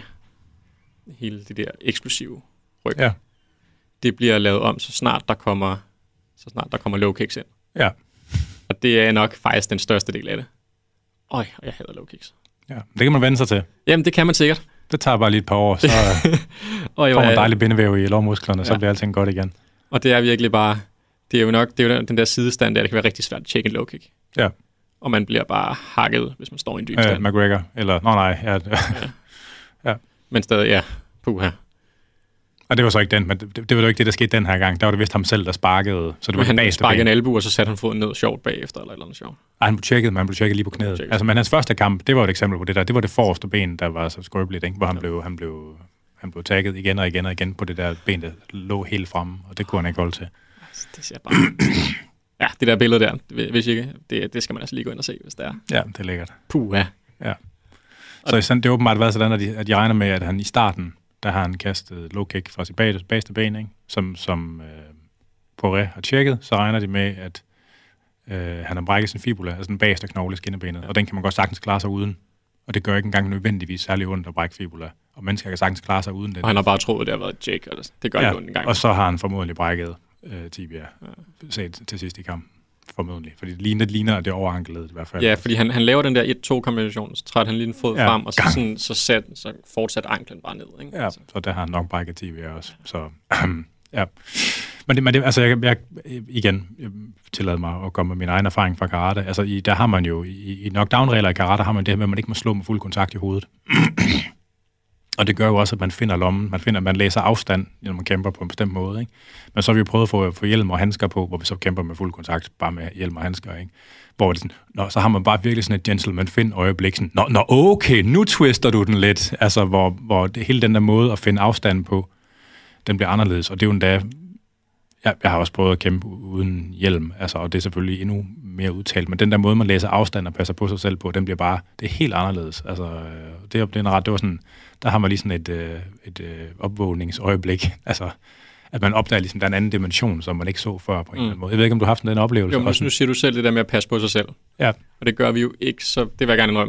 hele det der eksplosive ryg, ja. det bliver lavet om, så snart der kommer, så snart der kommer low kicks ind. Ja. Og det er nok faktisk den største del af det. Øj, og jeg hader low kicks. Ja, det kan man vende sig til. Jamen, det kan man sikkert. Det tager bare lige et par år, så får man en dejlig bindevæv i lårmusklerne, ja. Så bliver alting godt igen. Og det er virkelig bare, det er jo nok, det er jo den der sidestand, der det kan være rigtig svært at tjekke en low kick. Ja. Og man bliver bare hakket, hvis man står i en dyb stand. Øh, McGregor, eller, nå nej, ja. ja. ja. Men stadig, ja, puha. Og det var så ikke den, men det, det var jo ikke det, der skete den her gang. Der var det vist ham selv, der sparkede. Så det var han sparkede en albu, og så satte han foden ned sjovt bagefter, eller et eller andet sjovt. Ej, han blev tjekket, men han blev tjekket lige på knæet. Altså, men hans første kamp, det var et eksempel på det der. Det var det forreste ben, der var så skrøbeligt, ikke? Hvor han, ja. blev, han, blev, han blev tagget igen og igen og igen på det der ben, der lå helt fremme, og det kunne han ikke holde til. Altså, det ser bare... ja, det der billede der, hvis ikke, det, det skal man altså lige gå ind og se, hvis det er. Ja, det er lækkert. Puha. Ja. Så sådan, det er åbenbart været sådan, at de, at de regner med, at han i starten, der har han kastet low kick fra sit bag, bagste ben, ikke? Som, som øh, Poiré har tjekket, så regner de med, at øh, han har brækket sin fibula, altså den bageste knogle i skinnebenet, ja. Og den kan man godt sagtens klare sig uden. Og det gør ikke engang nødvendigvis særlig ondt at brække fibula. Og mennesker kan sagtens klare sig uden det. Og han har bare troet, det har været Jake. Eller det gør ja, ikke ondt engang. Og så har han formodentlig brækket øh, tibia ja. set til sidst i kampen. Formodentlig. Fordi det ligner, det ligner det overankeledet i hvert fald. Ja, fordi han, han laver den der et to kombination, så træder han lige en fod ja, frem, og så, sådan, så, sæt, så fortsætter anklen bare ned. Ikke? Ja, altså. Så der har han nok brækket tibia også. Så ja. Men det, men det, altså jeg, jeg igen jeg tillader mig at komme med min egen erfaring fra karate. Altså i, der har man jo, i, i knockdown-regler i karate, har man det her med, at man ikke må slå med fuld kontakt i hovedet. Og det gør jo også, at man finder lommen, man finder, man læser afstand, når man kæmper på en bestemt måde, ikke? Men så har vi jo prøvet at få, få hjelm og handsker på, hvor vi så kæmper med fuld kontakt, bare med hjelm og handsker, ikke? Hvor det sådan, nå, så har man bare virkelig sådan et gentleman find øjeblik, sådan, nå, nå, okay, nu twister du den lidt, altså hvor, hvor det, hele den der måde at finde afstand på, den bliver anderledes, og det er jo endda, jeg, jeg har også prøvet at kæmpe uden hjelm, altså, og det er selvfølgelig endnu mere udtalt, men den der måde, man læser afstand og passer på sig selv på, den bliver bare, det er helt anderledes, altså, det er, det er ret, det var sådan, der har man lige sådan et, et, et opvågningsøjeblik, altså, at man opdager ligesom, der er en anden dimension, som man ikke så før på en mm. eller anden måde. Jeg ved ikke, om du har haft den oplevelse. Jo, men nu siger du selv det der med at passe på sig selv. Ja. Og det gør vi jo ikke, så det vil jeg gerne indrømme.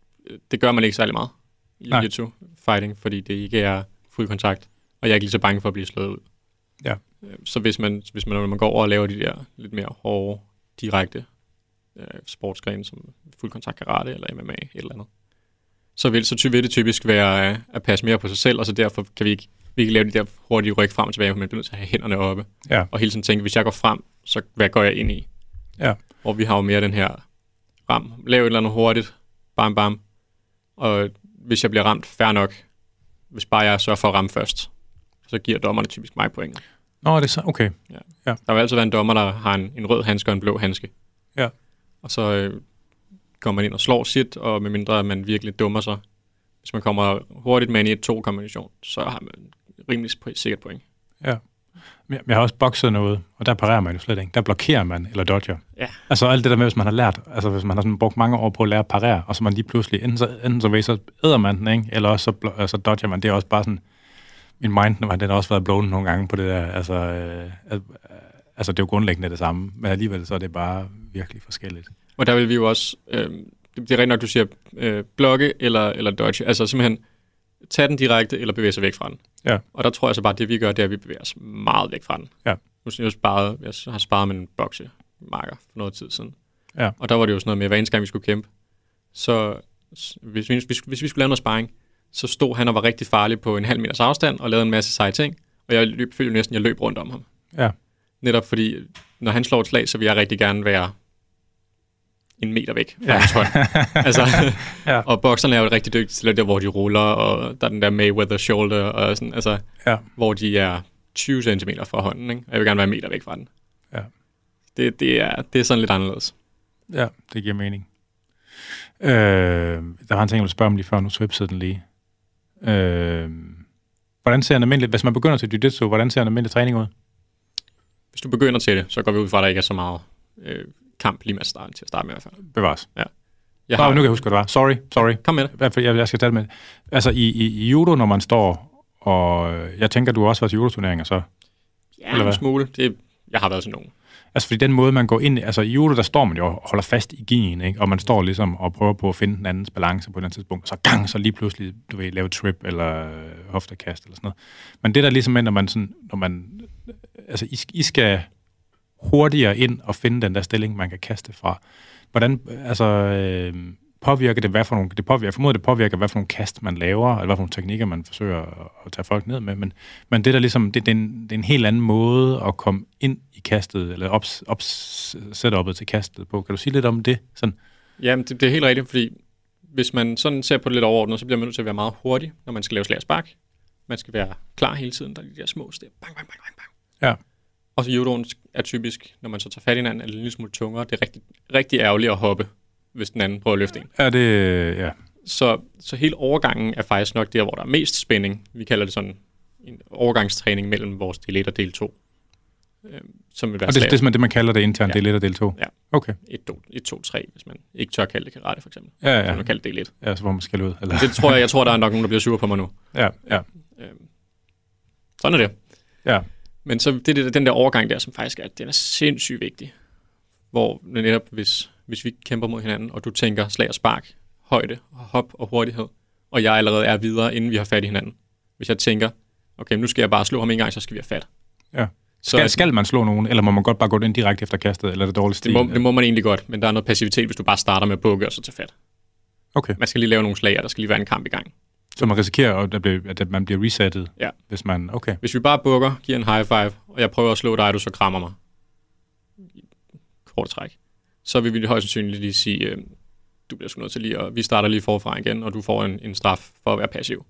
Det gør man ikke særlig meget i jiu-jitsu fighting, fordi det ikke er fuld kontakt, og jeg er ikke lige så bange for at blive slået ud. Ja. Så hvis man, hvis man, når man går over og laver de der lidt mere hårde, direkte øh, sportsgrene, som fuld kontakt karate eller M M A, et eller andet, så vil, så ty- vil det typisk være øh, at passe mere på sig selv, og så derfor kan vi ikke, vi kan lave de der hurtige ryg frem og tilbage, men man bliver nødt til at have hænderne oppe. Ja. Og hele tiden tænke, hvis jeg går frem, så hvad går jeg ind i? Ja. Hvor vi har jo mere den her ram. Lav et eller andet hurtigt, bam bam, og hvis jeg bliver ramt, fair nok, hvis bare jeg sørger for at ramme først, så giver dommerne typisk mig point. Nå, det er så, okay. Ja. Ja. Der vil altid være en dommer, der har en, en rød handske og en blå handske. Ja. Og så øh, kommer man ind og slår sit, og medmindre man virkelig dummer sig, hvis man kommer hurtigt med en et to kombination, så har man rimelig sikkert point. Ja. Men jeg har også bokset noget, og der parerer man jo slet ikke. Der blokerer man, eller dodger. Ja. Altså alt det der med, hvis man har lært, altså hvis man har sådan brugt mange år på at lære at parere, og så man lige pludselig, enten så, enten så, ved, så æder man den, ikke? Eller også så, altså, dodger man. Det er også bare sådan, min mind, den har også været blown nogle gange på det der, altså, øh, altså det er jo grundlæggende det samme, men alligevel så er det bare virkelig forskelligt. Og der vil vi jo også, øh, det er rigtig nok, du siger, øh, blokke eller, eller dodge, altså simpelthen tage den direkte eller bevæge sig væk fra den. Ja. Og der tror jeg så bare, at det vi gør, det er, at vi bevæger os meget væk fra den. Ja. Nu jeg, sparet, jeg har sparet med en boksemarker for noget tid siden. Ja. Og der var det jo sådan noget med, hver eneste gang vi skulle kæmpe, så hvis vi, hvis, hvis vi skulle lave noget sparring, så stod han og var rigtig farlig på en halv meters afstand og lavede en masse seje ting, og jeg løb, følte næsten, jeg løb rundt om ham. Ja. Netop fordi, når han slår et slag, så vil jeg rigtig gerne være en meter væk fra ja. hans hånd. Altså, ja. Og bokserne er jo rigtig dygtige til det der, hvor de ruller, og der er den der Mayweather shoulder, og sådan, altså, ja. hvor de er tyve centimeter fra hånden, ikke? Og jeg vil gerne være en meter væk fra den. Ja. Det, det, er, det er sådan lidt anderledes. Ja, det giver mening. Øh, der var en ting, jeg ville spørge om lige før, nu swipsede den lige. Øh, hvordan ser en almindelig, hvis man begynder til jiu-jitsu, hvordan ser en almindelig træning ud? Hvis du begynder til det, så går vi ud fra, at der ikke er så meget øh, kamp lige med at starte, til at starte med i hvert fald. Bevares. Ja. Jeg har... Nå, nu kan jeg huske, hvad det var. Sorry, sorry. Kom med det. Jeg, jeg skal tage det med. Altså i, i, i judo, når man står, og jeg tænker, du har også været til judo-turneringer, så? Ja, en smule. Det, jeg har været sådan nogen. Altså fordi den måde, man går ind i, altså i judo, der står man jo og holder fast i gien, ikke? Og man står ligesom og prøver på at finde den andens balance på et tidspunkt, og så gang, så lige pludselig, du ved, lave trip eller hoftekast eller sådan noget. Men det der ligesom er, når man sådan, når man, altså I, I skal hurtigere ind og finde den der stilling, man kan kaste fra. Hvordan, altså, øh, påvirker det, hvad for nogle, det påvirker, formoder det påvirker, hvad for nogle kast man laver, eller hvad for nogle teknikker, man forsøger at, at tage folk ned med, men, men det der ligesom, det, det, er en, det er en helt anden måde at komme ind i kastet, eller op, op setup'et til kastet på. Kan du sige lidt om det? Sådan? Jamen, det, det er helt rigtigt, fordi hvis man sådan ser på det lidt overordnet, så bliver man nødt til at være meget hurtig, når man skal lave slag og spark. Man skal være klar hele tiden, der er de der små step. Bang, bang, bang, bang, bang. Ja. Og så judoen er typisk, når man så tager fat i hinanden, er det en lille smule tungere. Det er rigtig, rigtig ærgerligt at hoppe, hvis den anden prøver at løfte en. Ja, det, ja. Så, så hele overgangen er faktisk nok der, hvor der er mest spænding. Vi kalder det sådan en overgangstræning mellem vores del et og del to. Øh, som vil være og det, det er simpelthen det, man kalder det internt, ja. del et og del to? Ja. Okay. et, to, tre, hvis man ikke tør kalde det karate, for eksempel. Ja, ja. Så man kalder det del et. Ja, så får man skælde ud. Eller? Det tror jeg, jeg tror, der er nok nogen, der bliver sure på mig nu. Ja, ja. Øh, sådan er det. Ja. Men så det er den der overgang der, som faktisk er, den er sindssygt vigtig. Hvor netop, hvis, hvis vi kæmper mod hinanden, og du tænker slag og spark, højde, hop og hurtighed, og jeg allerede er videre, inden vi har fat i hinanden. Hvis jeg tænker, okay, nu skal jeg bare slå ham en gang, så skal vi have fat. Ja. Skal, skal man slå nogen, eller må man godt bare gå ind direkte efter kastet, eller er det dårligt stil? Det må, det må man egentlig godt, men der er noget passivitet, hvis du bare starter med at bukke og så tage fat. Okay. Man skal lige lave nogle slag, og der skal lige være en kamp i gang. Så man risikerer, at, der bliver, at man bliver resettet, ja. Hvis man... Okay. Hvis vi bare bukker, giver en high five, og jeg prøver at slå dig, og du så krammer mig. Kort træk. Så vil vi højst sandsynligt lige sige, øh, du bliver sgu nødt til lige, og vi starter lige forfra igen, og du får en, en straf for at være passiv.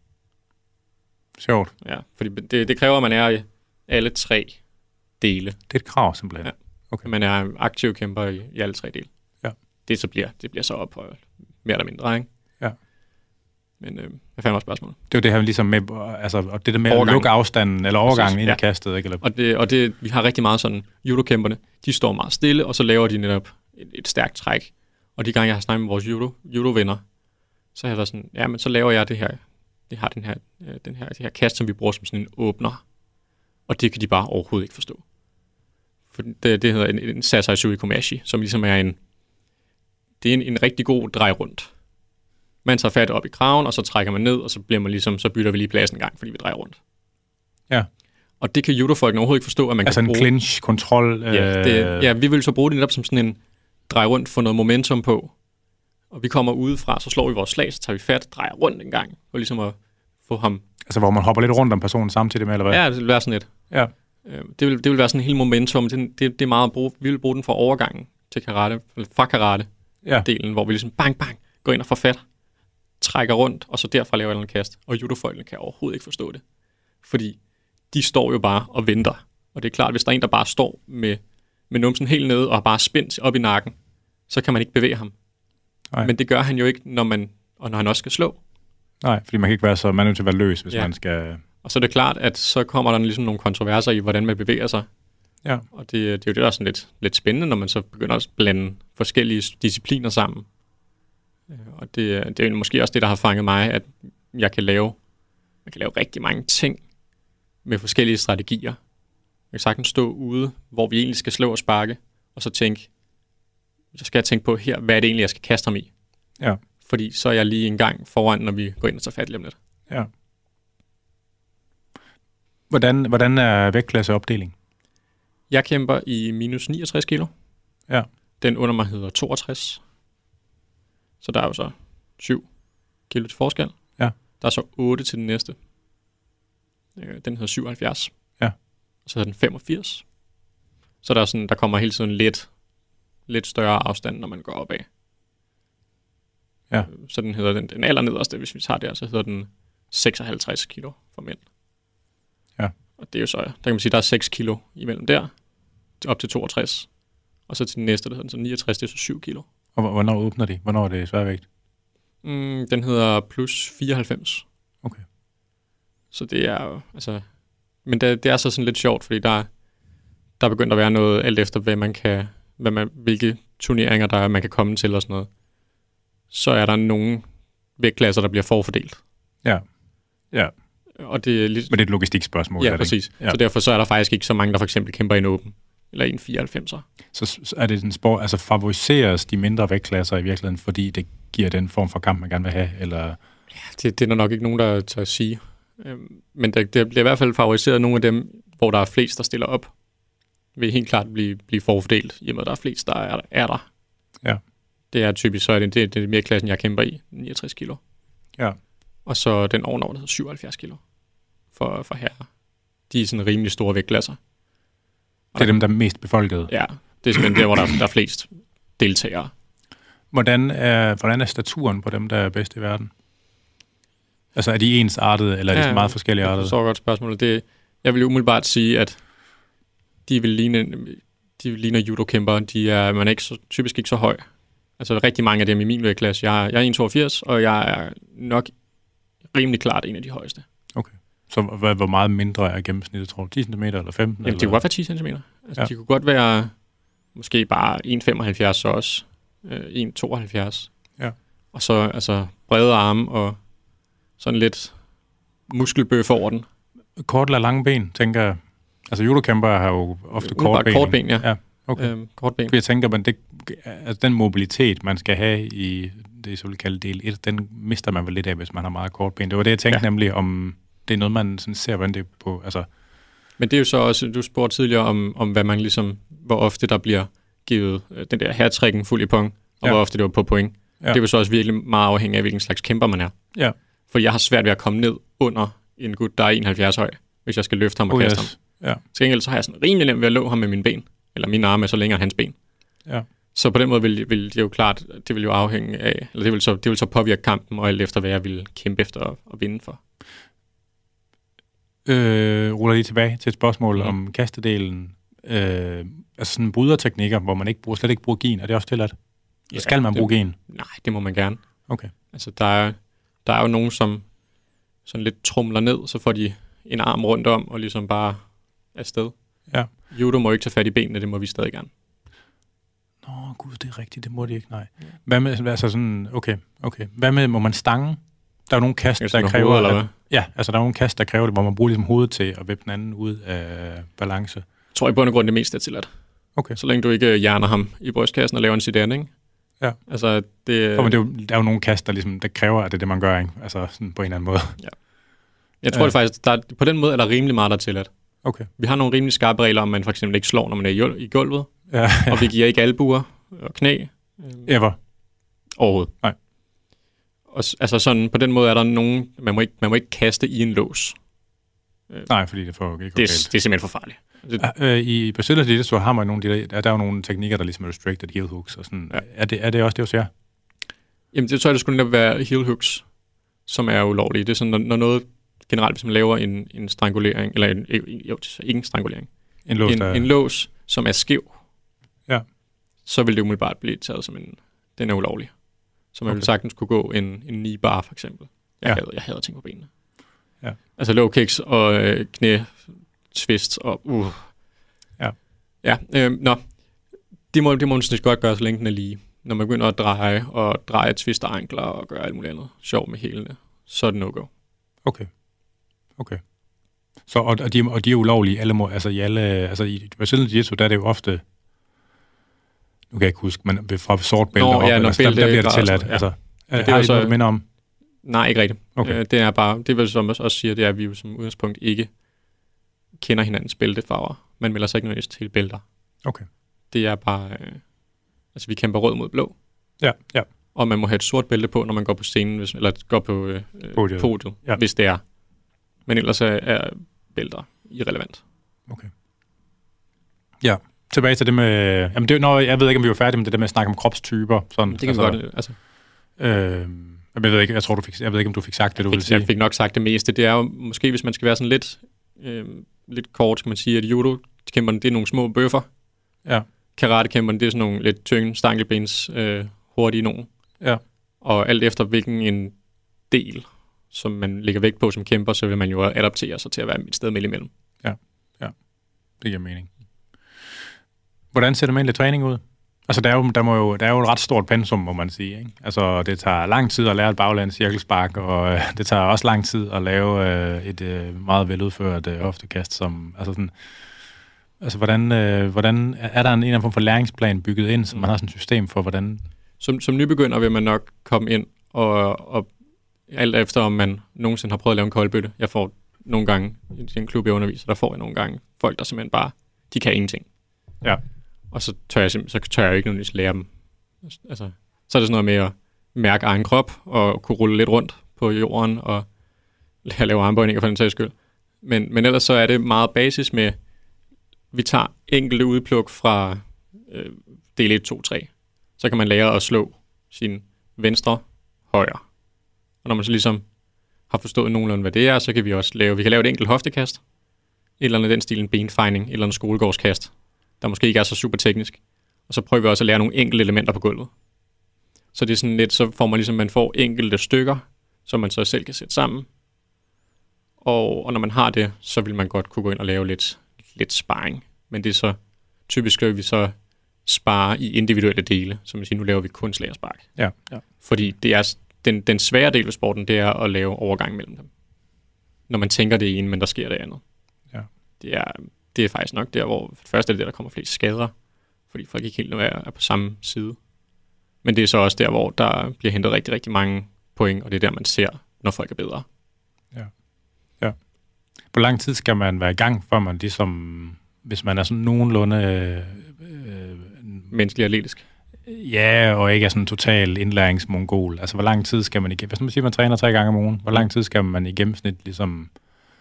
Sjovt. Ja, fordi det, det kræver, at man er i alle tre dele. Det er et krav, simpelthen. Ja. Okay. Man er en aktiv kæmper i, i alle tre dele. Ja. Det, så bliver, det bliver så ophøjet mere eller mindre, ikke? Ja. Men øh, hvad fanden var spørgsmålet? Det var det her ligesom med, altså, og det der med overgang. At lukke afstanden, eller overgangen ind ja. I kastet, ikke? Eller... Og, det, og det, vi har rigtig meget sådan, judokæmperne, de står meget stille, og så laver de netop et, et stærkt træk. Og de gange, jeg har snakket med vores judo, judo-venner, så har jeg været sådan, ja, men så laver jeg det her, det har den her, den her, det her kast, som vi bruger som sådan en åbner. Og det kan de bare overhovedet ikke forstå. For det, det hedder en, en Sasai Sui Komachi, som ligesom er en, det er en, en rigtig god drej rundt. Man tager fat op i kraven, og så trækker man ned, og så bliver man ligesom, så bytter vi lige pladsen en gang, fordi vi drejer rundt. Ja. Og det kan judofolk overhovedet ikke forstå, at man altså kan bruge... Altså en clinch-kontrol? Øh... Ja, det, ja, vi vil så bruge det netop som sådan en drej rundt, få noget momentum på. Og vi kommer udefra, så slår vi vores slag, så tager vi fat, drejer rundt en gang, for ligesom at få ham... Altså hvor man hopper lidt rundt om personen samtidig med, eller hvad? Ja, det vil være sådan et. Ja. Det vil, det vil være sådan en hel momentum. Det, det, det er meget at bruge. Vi vil bruge den fra overgangen til karate, eller fra karate-delen, ja. Hvor vi ligesom bang, bang, går ind og får fat, trækker rundt, og så derfra laver en kast. Og judofolkene kan overhovedet ikke forstå det. Fordi de står jo bare og venter. Og det er klart, hvis der er en, der bare står med, med numsen helt nede og bare spændt op i nakken, så kan man ikke bevæge ham. Nej. Men det gør han jo ikke, når, man, og når han også skal slå. Nej, fordi man kan ikke være så, man er nødt til at være løs, hvis ja. Man skal... Og så er det klart, at så kommer der ligesom nogle kontroverser i, hvordan man bevæger sig. Ja. Og det, det er jo det, der er sådan lidt, lidt spændende, når man så begynder at blande forskellige discipliner sammen. Og det, det er jo måske også det, der har fanget mig, at jeg kan lave, jeg kan lave rigtig mange ting med forskellige strategier. Jeg kan sagtens stå ude, hvor vi egentlig skal slå og sparke, og så tænke, så skal jeg tænke på her, hvad er det egentlig, jeg skal kaste ham i? Ja. Fordi så er jeg lige en gang foran, når vi går ind og tager fat lige om lidt. Ja. Hvordan, hvordan er vægtklasseopdeling? Jeg kæmper i minus niogtres kilo. Ja. Den under mig hedder toogtres. Så der er jo så syv kilo til forskel. Ja. Der er så otte til den næste. Den hedder syvoghalvfjerds. Ja. Og så hedder den femogfirs. Så der, er sådan, der kommer hele tiden lidt, lidt større afstand, når man går opad. Ja. Så den hedder den, den allernederste, hvis vi tager der, så hedder den seksoghalvtreds kilo for mænd. Ja. Og det er jo så, der kan man sige, der er seks kilo imellem der, op til toogtres. Og så til den næste, der hedder den så niogtres, det er så syv kilo. Og hvornår åbner de? Hvornår er det sværvægt? Mm, den hedder plus fireoghalvfems. Okay. Så det er jo, altså... Men det, det er så sådan lidt sjovt, fordi der, der er begyndt at være noget, alt efter hvad man kan, hvad man, hvilke turneringer, der man kan komme til og sådan noget. Så er der nogle vægtklasser, der bliver forfordelt. Ja, ja. Og det er lidt... Men det er et logistikspørgsmål. Ja, præcis. Ja. Så derfor så er der faktisk ikke så mange, der for eksempel kæmper i en åben, eller i en fireoghalvfemser. Så, så er det en sport, altså favoriseres de mindre vægtklasser i virkeligheden, fordi det giver den form for kamp, man gerne vil have, eller... Ja, det, det er der nok ikke nogen, der tør at sige. Men det, det bliver i hvert fald favoriseret nogle af dem, hvor der er flest, der stiller op, vil helt klart blive, blive forfordelt, i og med, at der er flest, der er, er der. Ja. Det er typisk, så er det, det, det er mere klassen, jeg kæmper i, niogtres kilo. Ja. Og så den ovenover, der hedder syvoghalvfjerds kilo for, for herrer. De er sådan rimelig store vægtklasser. Det er dem, der er mest befolkede? Ja, det er simpelthen der, hvor der, der er flest deltagere. Hvordan er, hvordan er staturen på dem, der er bedst i verden? Altså er de ensartede, eller er de ja, meget forskellige artede? Det er så godt spørgsmål. Det, jeg vil umiddelbart sige, at de vil ligne, de vil ligne judokæmpere. De er, man er ikke så, typisk ikke så høj. Altså rigtig mange af dem i min vægtklasse. Jeg, jeg er en komma toogfirs, og jeg er nok rimelig klart en af de højeste. Okay. Så hvor, hvor meget mindre er gennemsnittet, tror du? ti centimeter eller femten? Jamen, det kunne godt være ti centimeter. Altså, ja. De kunne godt være måske bare en komma femoghalvfjerds så også. Øh, en komma tooghalvfjerds. Ja. Og så altså brede arme og sådan lidt muskelbøf over den. Kort eller lange ben, tænker jeg. Altså judokæmpere har jo ofte kort ben. Kort ben, ja. Ja, okay. Øhm, kort ben. For jeg tænker, man, det, altså den mobilitet, man skal have i det det så vil kalde del et, den mister man vel lidt af, hvis man har meget kort ben. Det var det, jeg tænkte ja. nemlig, om det er noget, man sådan ser, hvordan det er på, altså... Men det er jo så også, du spurgte tidligere om, om hvad man ligesom, hvor ofte der bliver givet øh, den der hat-tricken fuld i pung, og ja. hvor ofte det var på point. Ja. Det er jo så også virkelig meget afhængig af, hvilken slags kæmper man er. Ja. For jeg har svært ved at komme ned under en gut, der er enoghalvfjerds høj, hvis jeg skal løfte ham og oh, kaste yes. ham. Ja. Til gengæld så har jeg sådan rimelig nemt ved at lå ham med mine ben, eller mine arme er så længere end hans ben. Ja. Så på den måde vil, vil det jo klart, det vil jo afhænge af, eller det vil så, det vil så påvirke kampen, og alt efter, hvad jeg vil kæmpe efter at, at vinde for. Øh, ruller lige tilbage til et spørgsmål mm. om kastedelen. Øh, altså sådan bryderteknikker, hvor man ikke bruger, slet ikke bruger gen, er det også tilladt? Ja, skal man bruge det, gen? Nej, det må man gerne. Okay. Altså, der er, der er jo nogen, som sådan lidt trumler ned, så får de en arm rundt om, og ligesom bare afsted. Ja. Judo må ikke tage fat i benene, det må vi stadig gerne. Nå, gud, det er rigtigt, det må de ikke, nej. Ja. Hvad med, altså sådan, okay, okay. Hvad med, må man stange? Der er jo nogle kast, der kræver... Hoved, eller hvad? Ja, altså der er nogle kast, der kræver det, hvor man bruger ligesom hovedet til at vippe den anden ud af balance. Jeg tror i bund og grund, det meste er tilladt. Okay. Så længe du ikke hjerner ham i brystkassen og laver en sedan, ikke? Ja. Altså, det... Så, men det er jo, der er jo nogle kast, der ligesom, der kræver, at det er det, man gør, ikke? Altså sådan på en eller anden måde. Ja. Jeg tror ja. det faktisk, der er, på den måde er der rimelig meget, der er tilladt. Okay. Vi har nogle rimelig skarpe regler, om man for eksempel ikke slår, når man er i gulvet. Ja, ja. Og vi giver ikke albuer og knæ. Ever. Overhovedet. Nej. Og, altså sådan, på den måde er der nogen, man må ikke, man må ikke kaste i en lås. Nej, fordi det får ikke det, det er simpelthen for farligt. Det, ja, øh, I Brazilian Jiu så har man nogle, der, der er jo nogle teknikker, der ligesom er restricted heel hooks og sådan. Ja. Er, det, er det også det, du siger? Jamen, det tror jeg, det skulle netop være heel hooks, som er ulovlige. Det er sådan, når, når noget generelt, hvis man laver en, en strangulering, eller en, jo, ikke en strangulering, en lås, en, der... en lås, som er skæv, ja. så vil det umiddelbart blive taget som en, den er ulovlig. Så man okay. vil sagtens kunne gå en, en knee bar, for eksempel. Jeg, ja. hader, jeg hader ting på benene. Ja. Altså low kicks og øh, knæ, twist og uh. Ja. Ja, øh, nå. Det må, det må man sådan godt gøre, så længe den er lige. Når man begynder at dreje og dreje twist og ankler og gøre alt muligt andet sjov med hælene, så er det no-go. Okay. Okay. Så, og, og, de, og de er ulovlige alle må, altså i alle, altså i Brazilian Jiu-Jitsu, der er det jo ofte, nu kan jeg ikke huske, men fra sort bælte op, ja, altså, der, der bliver det tilladt. Ja. Altså, ja, det har I så, noget, du minder om? Nej, ikke rigtigt. Okay. Det er bare, det vil som også siger, det er, at vi jo som udgangspunkt ikke kender hinandens bæltefarver. Man melder sig ikke nødvendigvis til bælter. Okay. Det er bare, øh, altså vi kæmper rød mod blå. Ja, ja. Og man må have et sort bælte på, når man går på scenen, hvis, eller går på øh, podiet, podiet ja. hvis det er. Men ellers er, er bælter irrelevant. Okay. Ja, tilbage til det med... Jamen det, når, jeg ved ikke, om vi var færdige med det der med at snakke om kropstyper. Sådan, det kan altså, vi godt, altså. Øh, jeg ved ikke, jeg tror, du fik, jeg ved ikke, om du fik sagt det, du fik, ville sige. Jeg fik nok sagt det meste. Det er jo måske, hvis man skal være sådan lidt, øh, lidt kort, skal man sige, at judo-kæmperne, det er nogle små bøffer. Ja. Karate-kæmperne, det er sådan nogle lidt tynge, stankelbens, øh, hurtige nogen. Ja. Og alt efter hvilken en del, som man lægger vægt på som kæmper, så vil man jo adaptere sig til at være et sted midt imellem. Ja, ja. Det giver mening. Hvordan ser det med en træning ud? Altså, der er, jo, der, må jo, der er jo et ret stort pensum, må man sige. Ikke? Altså, det tager lang tid at lære et baglands cirkelspark, og øh, det tager også lang tid at lave øh, et øh, meget veludført øh, hoftekast. Som, altså, sådan, altså hvordan, øh, hvordan er der en, en eller anden form for læringsplan bygget ind, så man har sådan et system for, hvordan... Som, som nybegynder vil man nok komme ind, og, og alt efter, om man nogensinde har prøvet at lave en koldbøtte. Jeg får nogle gange, i den klub, jeg underviser, der får jeg nogle gange folk, der simpelthen bare, de kan ingenting. Ja. Og så tør jeg, så tør jeg ikke nødvendigvis lære dem. Altså, så er det sådan noget med at mærke egen krop, og kunne rulle lidt rundt på jorden, og lære at lave armbøjninger for den sags skyld. Men, men ellers så er det meget basis med, vi tager enkelte udpluk fra øh, del et, to, tre. Så kan man lære at slå sin venstre, højre. Og når man så ligesom har forstået nogenlunde, hvad det er, så kan vi også lave, vi kan lave et enkelt hoftekast, et eller andet den stil, en benfejning, et eller andet skolegårdskast, der måske ikke er så super teknisk. Og så prøver vi også at lære nogle enkelte elementer på gulvet. Så det er sådan lidt, så får man ligesom, man får enkelte stykker, som man så selv kan sætte sammen. Og, og når man har det, så vil man godt kunne gå ind og lave lidt, lidt sparring. Men det er så typisk, at vi så spare i individuelle dele. Som man siger, nu laver vi kun slag og spark. Ja, ja. Fordi det er den, den svære del af sporten, det er at lave overgang mellem dem. Når man tænker det ene, men der sker det andet. Ja. Det er, det er faktisk nok der, hvor først er det der, der kommer flest skader. Fordi folk ikke helt er, er på samme side. Men det er så også der, hvor der bliver hentet rigtig, rigtig mange point, og det er der, man ser, når folk er bedre. Ja. Ja. Hvor lang tid skal man være i gang, før man ligesom, hvis man er sådan nogenlunde øh, menneskelig atletisk? Ja, og ikke er sådan en total indlæringsmongol. Altså, hvor lang tid skal man igennem? Hvis man siger, man træner tre gange om ugen, hvor lang tid skal man i gennemsnit ligesom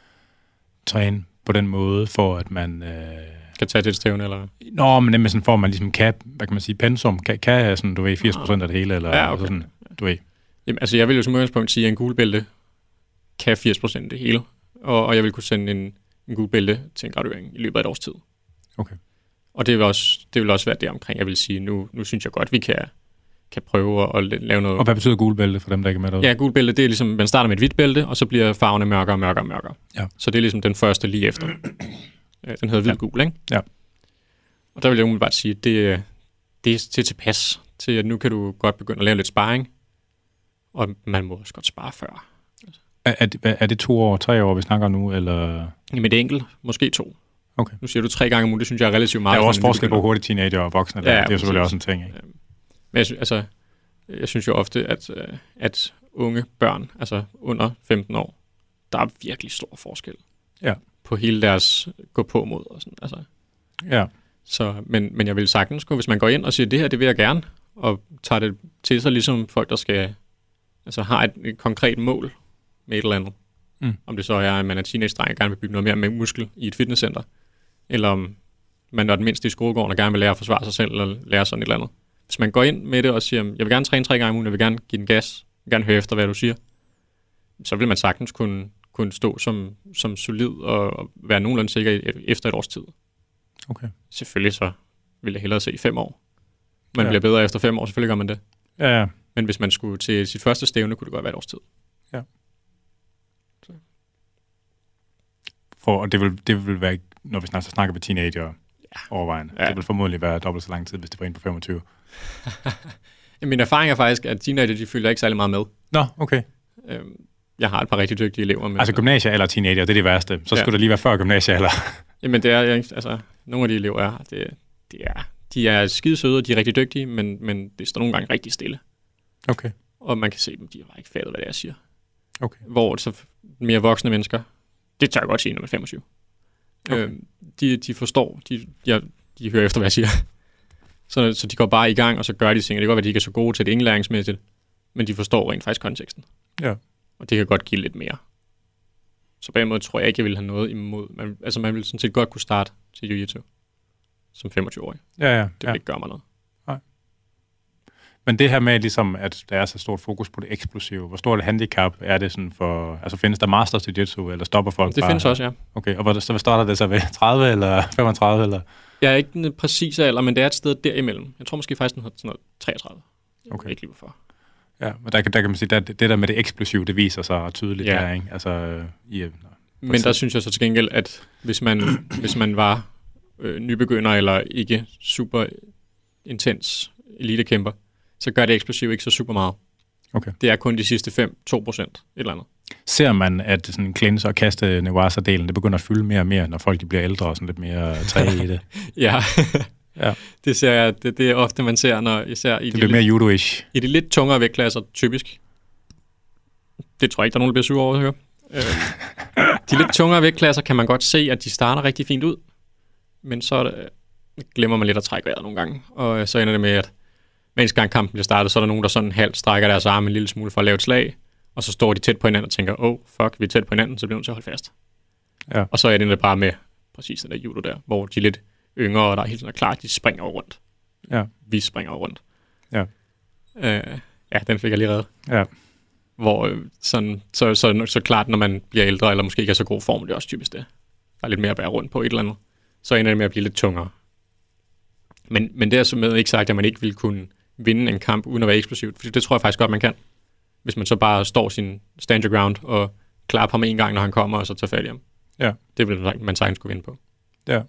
træne på den måde, for at man... Øh... kan tage til et stævne, eller? Nå, men nemlig sådan, for at man ligesom kan, hvad kan man sige, pensum, kan, kan have sådan, du ved, firs procent af det hele, eller ja, okay. sådan, du ved. Jamen, altså, jeg vil jo som udgangspunkt sige, at en gulbælte kan firs procent af det hele, og, og jeg vil kunne sende en, en gulbælte til en graduering i løbet af et års tid. Okay. Og det vil også, det vil også være det omkring, jeg vil sige, nu, nu synes jeg godt, vi kan, kan prøve at lave noget... Og hvad betyder gulbælte for dem, der ikke er med derude? Ja, gulbælte, det er ligesom, man starter med et hvidt bælte, og så bliver farverne mørkere og mørkere og mørkere. Ja. Så det er ligesom den første lige efter. Den hedder hvid-gul, ikke? Ja. Og der vil jeg umiddelbart sige, at det, det er til tilpas til, at nu kan du godt begynde at lave lidt sparring, og man må også godt spare før. Er, er, det, er det to år, tre år, vi snakker nu, eller...? Jamen, det er enkelt. Måske to. Okay. Nu siger du tre gange om ugen, det synes jeg er relativt meget. Der er også forskel på hurtige teenager og voksne. Der. Ja, det er jo selvfølgelig også en ting, ikke? Men jeg, sy- altså, jeg synes jo ofte, at, at unge børn, altså under femten år, der er virkelig stor forskel. Ja. På hele deres gå på mod og sådan. Altså. Ja. Så, men, men jeg vil sagtens, hvis man går ind og siger, det her, det vil jeg gerne, og tager det til sig, ligesom folk, der skal, altså har et, et konkret mål med et eller andet. Mm. Om det så er, at man er teenage-dreng og gerne vil bygge noget mere med muskel i et fitnesscenter, eller om man er den mindste i skolegården og gerne vil lære at forsvare sig selv, eller lære sådan et eller andet. Hvis man går ind med det og siger, jeg vil gerne træne tre gange om ugen, jeg vil gerne give den gas, jeg vil gerne høre efter, hvad du siger, så vil man sagtens kunne, kunne stå som, som solid og, og være nogenlunde sikker efter et års tid. Okay. Selvfølgelig så vil jeg hellere se i fem år. Man ja. bliver bedre efter fem år, selvfølgelig gør man det. Ja, ja. Men hvis man skulle til sit første stævne, kunne det godt være et års tid. Ja. Så. For, og det vil, det vil være, når vi snart så snakker med teenager ja. overvejende, ja. det vil formodentlig være dobbelt så lang tid, hvis det var en på femogtyve. Min erfaring er faktisk, at teenager, de følger ikke særlig meget med. Nå, okay. Øhm, jeg har et par rigtig dygtige elever med. Altså gymnasie eller teenager, det er det værste. Så ja. skulle det lige være før gymnasie eller... Jamen det er, altså, nogle af de elever, jeg har, det, det er, de er skide søde, og de er rigtig dygtige, men, men det står nogle gange rigtig stille. Okay. Og man kan se dem, de har bare ikke fattet, hvad det er, jeg siger. Okay. Hvor så mere voksne mennesker, det tør jeg godt sige, når man er femogtyve. Okay. Øhm, de, de forstår, de, de, de hører efter, hvad jeg siger. Så, så de går bare i gang, og så gør de ting. Det kan godt være, de ikke er så gode til det indlæringsmæssigt, men de forstår rent faktisk konteksten. Ja. Og det kan godt give lidt mere. Så på en måde tror jeg ikke, jeg ville have noget imod. Man, altså man ville sådan set godt kunne starte til jiu-jitsu som femogtyve-årig. Ja, ja. Det vil ja. ikke gøre mig noget. Nej. Men det her med, ligesom, at der er så stort fokus på det eksplosive, hvor stort et handicap er det sådan for... Altså findes der masters jiu-jitsu, eller stopper folk det bare? findes også, ja. Okay, og hvor, så hvad starter det så ved? tredive eller femogtredive? Eller? Jeg er ikke den præcise alder, men det er et sted derimellem. Jeg tror måske faktisk, den har sådan noget treogtredive. Jeg okay. ikke lige hvorfor. Ja, men der, der kan man sige, at det der med det eksplosive, det viser sig tydeligt ja. der, ikke? Altså, i, no, men der synes jeg så til gengæld, at hvis man, hvis man var øh, nybegynder eller ikke super intens elitekæmper, så gør det eksplosive ikke så super meget. Okay. Det er kun de sidste fem til to procent et eller andet. Ser man, at sådan cleanse og kaste Newaza-delen, det begynder at fylde mere og mere, når folk de bliver ældre og sådan lidt mere træge i det? ja. ja, det ser jeg. Det, det er ofte, man ser, når især i det de, bliver mere judo-ish. I de lidt tungere vægtklasser, typisk. Det tror jeg ikke, der er nogen, der bliver sur over at høre. Øh, de lidt tungere vægtklasser kan man godt se, at de starter rigtig fint ud, men så det, glemmer man lidt at trække vejret nogle gange, og så ender det med, at mens gang kampen bliver startet, så er der nogen, der sådan halvt strækker deres arme en lille smule for at lave et slag, og så står de tæt på hinanden og tænker, oh fuck, vi er tæt på hinanden, så bliver de nødt til at holde fast. Ja. Og så er det bare med præcis den der judo der, hvor de er lidt yngre, og der er helt sådan klart, de springer over rundt. Ja. Vi springer over rundt. Ja. Øh, ja, den fik jeg lige reddet. Ja. Hvor øh, sådan, så, så, så klart, når man bliver ældre, eller måske ikke er så god form, det er også typisk det. Der er lidt mere at bære rundt på et eller andet. Så ender det med at blive lidt tungere. Men, men det er så ikke sagt, at man ikke vil kunne vinde en kamp, uden at være eksplosivt. For det tror jeg faktisk godt, man kan. Hvis man så bare står sin stand your ground, og klapper ham en gang, når han kommer, og så tager fat i ham. Ja. Det vil man sagtens kunne vinde på. Ja.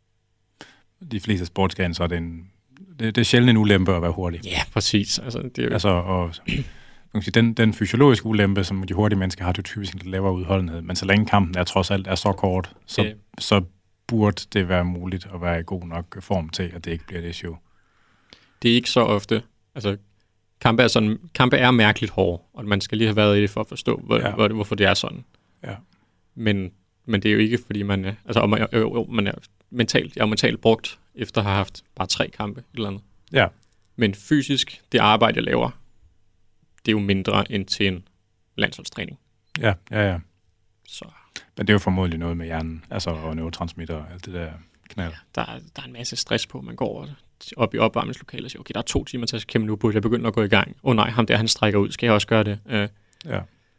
De fleste sportsgrene, så er det en... Det, det er sjældent en ulempe at være hurtig. Ja, præcis. Altså, det er jo... altså og, den, den fysiologiske ulempe, som de hurtige mennesker har, det er typisk en lidt lavere udholdenhed. Men så længe kampen er trods alt er så kort, så, det... så burde det være muligt at være i god nok form til, at det ikke bliver et issue. Det er ikke så ofte. Altså, kampe er, sådan, kampe er mærkeligt hårde, og man skal lige have været i det for at forstå, hvor, ja. hvor, hvorfor det er sådan. Ja. Men, men det er jo ikke, fordi man er, altså, man, jo, jo, man er mentalt, jeg er mentalt brugt, efter at have haft bare tre kampe, et eller andet. Ja. Men fysisk, det arbejde, jeg laver, det er jo mindre end til en landsholdstræning. Ja, ja, ja. Så. Men det er jo formodentlig noget med hjernen, altså og neurotransmitter og alt det der knald. Ja, der, er, der er en masse stress på, man går op i opvarmningslokalet og siger, okay, der er to timer til at kæmpe nu, burde jeg begynde at gå i gang. Åh oh, nej, ham der, han strækker ud, skal jeg også gøre det? Uh, ja.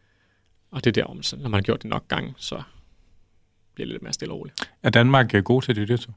Og det er der, når man har gjort det nok gange, så bliver det lidt mere stille og roligt. Er Danmark god til jiu-jitsu?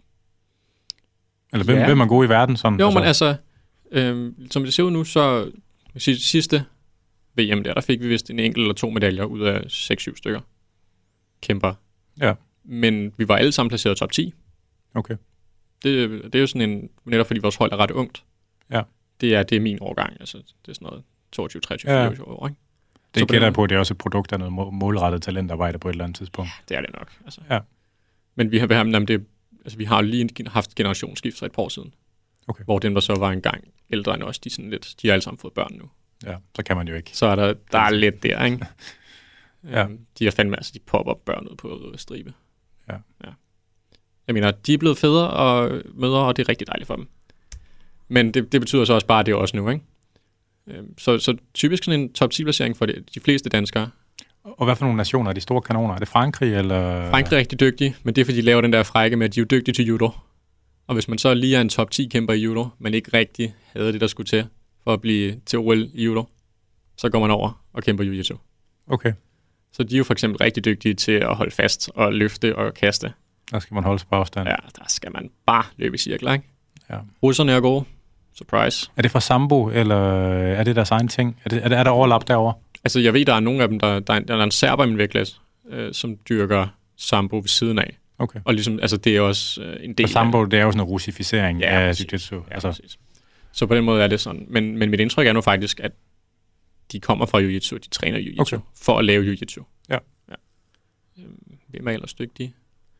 Eller hvem, ja. hvem er god i verden? Sådan, jo, altså? men altså, øh, som det ser ud nu, så sidste V M der, der fik vi vist en enkelt eller to medaljer ud af seks syv stykker kæmper. Ja. Men vi var alle sammen placeret top ti. Okay. Det, det er jo sådan en, netop fordi vores hold er ret ungt. Ja. Det er, det er min årgang, altså det er sådan noget toogtyve, treogtyve, ja. fireogtyve år, ikke? Det gætter på, at det er også et produkt af noget målrettet talentarbejde på et eller andet tidspunkt. Ja, det er det nok. Altså. Ja. Men vi har, jamen, det, altså, vi har lige haft generationsskift for et par år siden. Okay. Hvor dem, der så var engang ældre end os, de, sådan lidt, de har alle sammen fået børn nu. Ja, så kan man jo ikke. Så er der, der er lidt der, ikke? Ja. Um, de har fandme, altså de popper børn ud på stribe. Ja. Ja. Jeg mener, de er blevet fædre og mødre, og det er rigtig dejligt for dem. Men det, det betyder så også bare, at det er også nu, ikke? Um, så, så typisk sådan en top ti-placering for de, de fleste danskere. Og hvad for nogle nationer er de store kanoner? Er det Frankrig, eller? Frankrig er rigtig dygtig, men det er, fordi de laver den der frække med, at de er jo dygtige til judo. Og hvis man så lige er en top ti-kæmper i judo, men ikke rigtig havde det, der skulle til for at blive til O L i judo, så går man over og kæmper jiu-jitsu. Okay. Så de er jo for eksempel rigtig dygtige til at holde fast og løfte og kaste. Der skal man holde sig på afstand. Ja, der skal man bare løbe i cirkler, ikke? Ja. Russerne er gode. Surprise. Er det fra Sambo, eller er det deres egen ting? Er, det, er, det, er der overlap derovre? Altså, jeg ved, der er nogle af dem, der, der, er, en, der er en serber i min vægtklasse, øh, som dyrker Sambo ved siden af. Okay. Og ligesom, altså, det er også øh, en del af... Sambo, det er jo sådan en russificering ja, af jiu-jitsu. Ja, altså. præcis. Så på den måde er det sådan. Men, men mit indtryk er nu faktisk, at de kommer fra jiu-jitsu, de træner jiu-jitsu, okay. for at lave jiu-jitsu. Ja. ja. Øhm, hvem er ellers dygtige?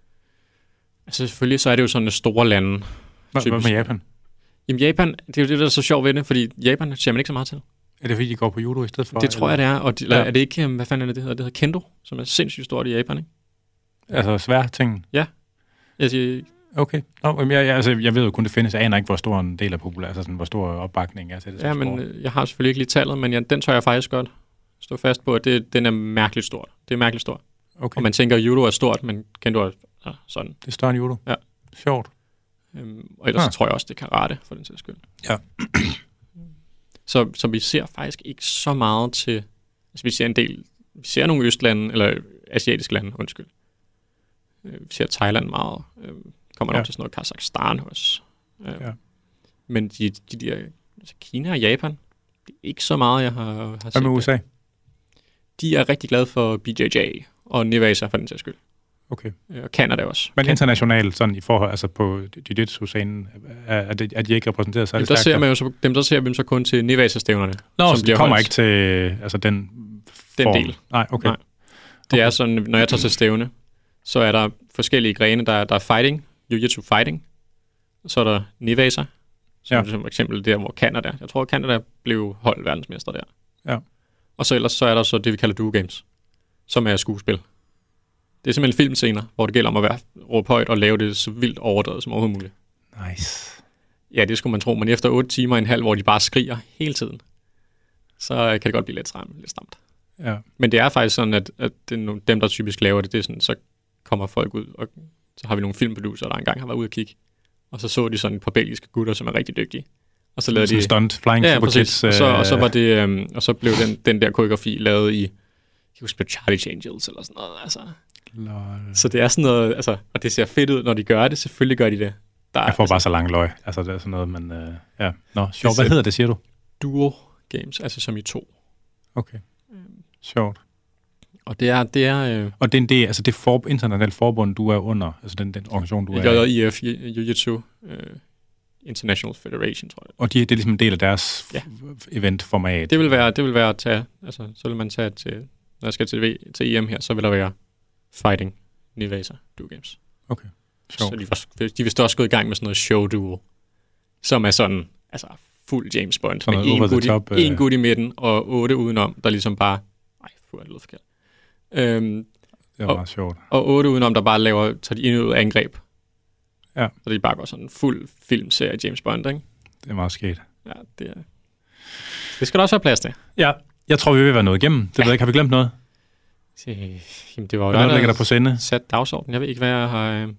Altså selvfølgelig, så er det jo sådan et store lande. Hvad med Japan? Jamen Japan, det er jo det, der er så sjovt ved det, fordi Japan ser man ikke så meget til. Er det fordi, de går på judo i stedet for? Det tror jeg, det er. Og de, ja. er det ikke, hvad fanden er det, det hedder? Det hedder kendo, som er sindssygt stort i Japan, ikke? Altså svær ting? Ja. Jeg siger, okay. Nå, jeg, jeg, altså, jeg ved jo kun, det findes. Jeg aner ikke, hvor stor en del af populær, altså sådan, hvor stor opbakning er til det. Ja, men sport. Jeg har selvfølgelig ikke lige tallet, men jeg, den tør jeg faktisk godt stå fast på, at det, den er mærkeligt stort. Det er mærkeligt stort. Okay. Og man tænker, at judo er stort, men kendo er ja, sådan. Det er større end judo? Ja. Sjovt. Øhm, og ellers ja. tror jeg også, det er karate, for den sags skyld. Ja. så, så vi ser faktisk ikke så meget til... Altså, vi ser en del... Vi ser nogle østlande, eller asiatiske lande, undskyld. Øh, vi ser Thailand meget. Øh, kommer nok ja. til sådan noget Kazakhstan også. Øh, ja. Men de, de der... Altså Kina og Japan, det er ikke så meget, jeg har, har set. Hvad med U S A? De er rigtig glade for B J J og Nevasa, for den sags skyld. Okay. Og Canada også. Men internationalt, sådan i forhold, altså på jiu-jitsu-scenen, er, er, de, er de ikke repræsenteret særlig stærkt? Der ser man jo så, dem der ser vi så kun til Nevasa-stævnerne. Nå, som så de kommer holdt. Ikke til altså den Den del. Nej, okay. Nej. Det okay. er sådan, når jeg tager til stævne, så er der forskellige grene. Der er, der er fighting, jiu-jitsu fighting, så er der Nevasa, som ja. for eksempel der, hvor Canada, jeg tror, Canada blev holdt verdensmester der. Ja. Og så ellers så er der så det, vi kalder duo games, som er skuespil. Det er simpelthen filmscener, hvor det gælder om at være råbe højt og lave det så vildt overdrevet som overhovedet muligt. Nice. Ja, det skulle man tro, men efter otte timer og en halv, hvor de bare skriger hele tiden, så kan det godt blive lidt stramt. Lidt stramt. Ja. Men det er faktisk sådan, at, at det er dem, der typisk laver det, det er sådan, så kommer folk ud, og så har vi nogle filmproducer, der engang har været ude at kigge, og så så de sådan et par belgiske gutter, som er rigtig dygtige. Og så lavede de... stunt, flying ja, super kids. Og så, og så var det, um, og så blev den, den der koreografi lavet i, jeg husker, Charlie Angels eller sådan noget, altså... Lol. Så det er sådan noget, altså, og det ser fedt ud, når de gør det. Selvfølgelig gør de det. Der jeg får altså, bare så lang løg. Altså, det er sådan noget, men uh, ja. Nå, sjovt. Hvad hedder det, siger du? Duo games, altså som i to. Okay. Sjovt. Og det er... Det er øh, og det er det, altså det for, internationale forbund, du er under, altså den, den organisation, du er i. J J I F, Jiu-Jitsu uh, International Federation, tror jeg. Og de, det er ligesom en del af deres ja. eventformat? Det vil være, det vil være at tage, altså så vil man tage til, når jeg skal til, v, til E M her, så vil der være fighting, Nevasa, duo games. Okay. Sjovt. Så de, var, de vist også gået i gang med sådan noget show duo, som er sådan, altså fuld James Bond. Sådan med en over the gut, i, top, en øh. gut i midten, og otte udenom, der ligesom bare... Nej, fuh, det lyder forkert. Øhm, Det var meget sjovt. og otte udenom, der bare laver, tager de ind ud af angreb. Ja. Så de bare går sådan en fuld filmserie James Bond, ikke? Det er meget sket. Ja, det er... Det skal der også være plads til. Ja, jeg tror, vi vil være nået igennem. Det ja. ved jeg ikke. Har vi glemt noget? Øh, Jamen, det var jo Hvad dig, ligger der på sende? sat dagsordenen. Jeg ved ikke, hvad jeg har... Øh,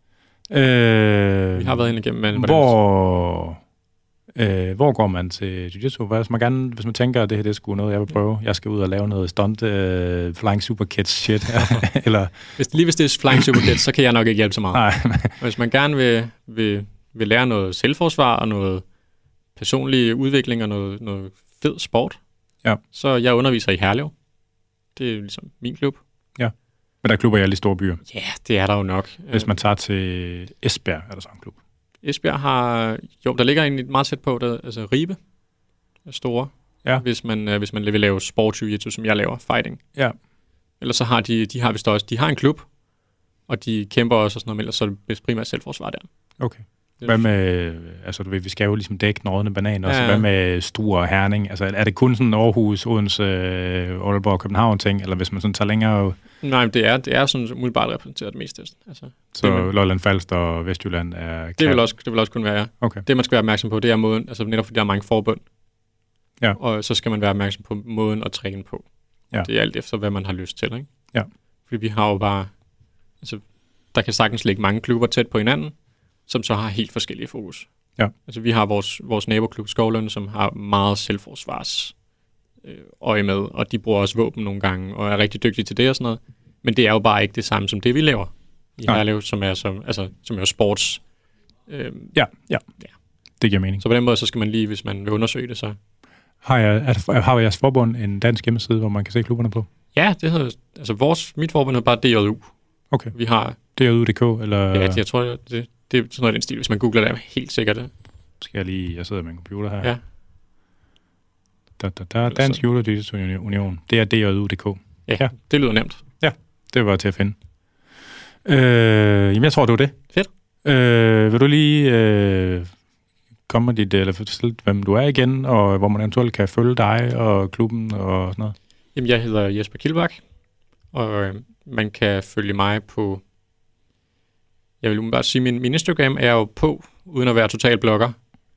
Øh, vi har været inde igennem, men... hvor, øh, hvor går man til jiu-jitsu? Hvis man, gerne, hvis man tænker, at det her det er sgu noget, jeg vil prøve. Jeg skal ud og lave noget stunt, øh, flying super kids shit. Eller... Hvis, lige hvis det er flying super kids, så kan jeg nok ikke hjælpe så meget. Nej. Hvis man gerne vil, vil, vil lære noget selvforsvar og noget personlig udvikling og noget, noget fed sport, ja. så jeg underviser i Herlev. Det er ligesom min klub. Ja, men der er klubber i alle de store byer. Ja, det er der jo nok. Hvis man tager til Esbjerg, er der så en klub. Esbjerg har... Jo, der ligger egentlig meget tæt på, der, altså Ribe er store, ja. hvis, man, hvis man vil lave sport jiu-jitsu, som jeg laver, fighting. Ja. Ellers så har de, de har vist også, de har en klub, og de kæmper også og sådan noget, men ellers så er det primært selvforsvar der. Okay. Hvad med, altså du ved, vi skal jo ligesom dække den rådne banan også. Ja. Hvad med Struer og Herning? Altså er det kun sådan Aarhus, Odense, Aalborg og København ting, eller hvis man sådan tager længere... Nej, det er, det er sådan umiddelbart repræsenteret det meste. Altså, så det, Lolland Falster og Vestjylland er... Det vil, også, det vil også kunne være, ja. Okay. Det man skal være opmærksom på, det er måden, altså netop fordi der er mange forbund. Ja. Og så skal man være opmærksom på måden at træne på. Ja. Det er alt efter, hvad man har lyst til, ikke? Ja. Fordi vi har jo bare... Altså, der kan sagtens ligge mange klubber tæt på hinanden, som så har helt forskellige fokus. Ja. Altså, vi har vores, vores naboklub Skovlund, som har meget selvforsvars øh, øje med, og de bruger også våben nogle gange, og er rigtig dygtige til det og sådan noget. Men det er jo bare ikke det samme som det, vi laver i Herlev, som er, som, altså, som er sports. Øh, ja, ja, ja. Det giver mening. Så på den måde, så skal man lige, hvis man vil undersøge det, så... Har, jeg, er, har jeres forbund en dansk hjemmeside, hvor man kan se klubberne på? Ja, det hedder, altså vores, mit forbund hedder bare D J U. Okay. Vi har... D J U punktum d k, eller... Ja, det, jeg tror, det, det, det er sådan noget den stil. Hvis man googler det, er helt sikkert det. Skal jeg lige... Jeg sidder med en computer her. Ja. Da, da, da, Dansk Jiu-Jitsu Union. Det er D J U punktum d k. Ja, ja, det lyder nemt. Ja, det var til at finde. Øh, jamen, jeg tror, det var det. Fedt. Øh, vil du lige øh, komme med dit, eller fortælle, hvem du er igen, og hvor man eventuelt kan følge dig og klubben og sådan noget? Jamen, jeg hedder Jesper Kilbak, og øh, man kan følge mig på... Jeg vil bare sige, min, min Instagram er jo på, uden at være total blogger.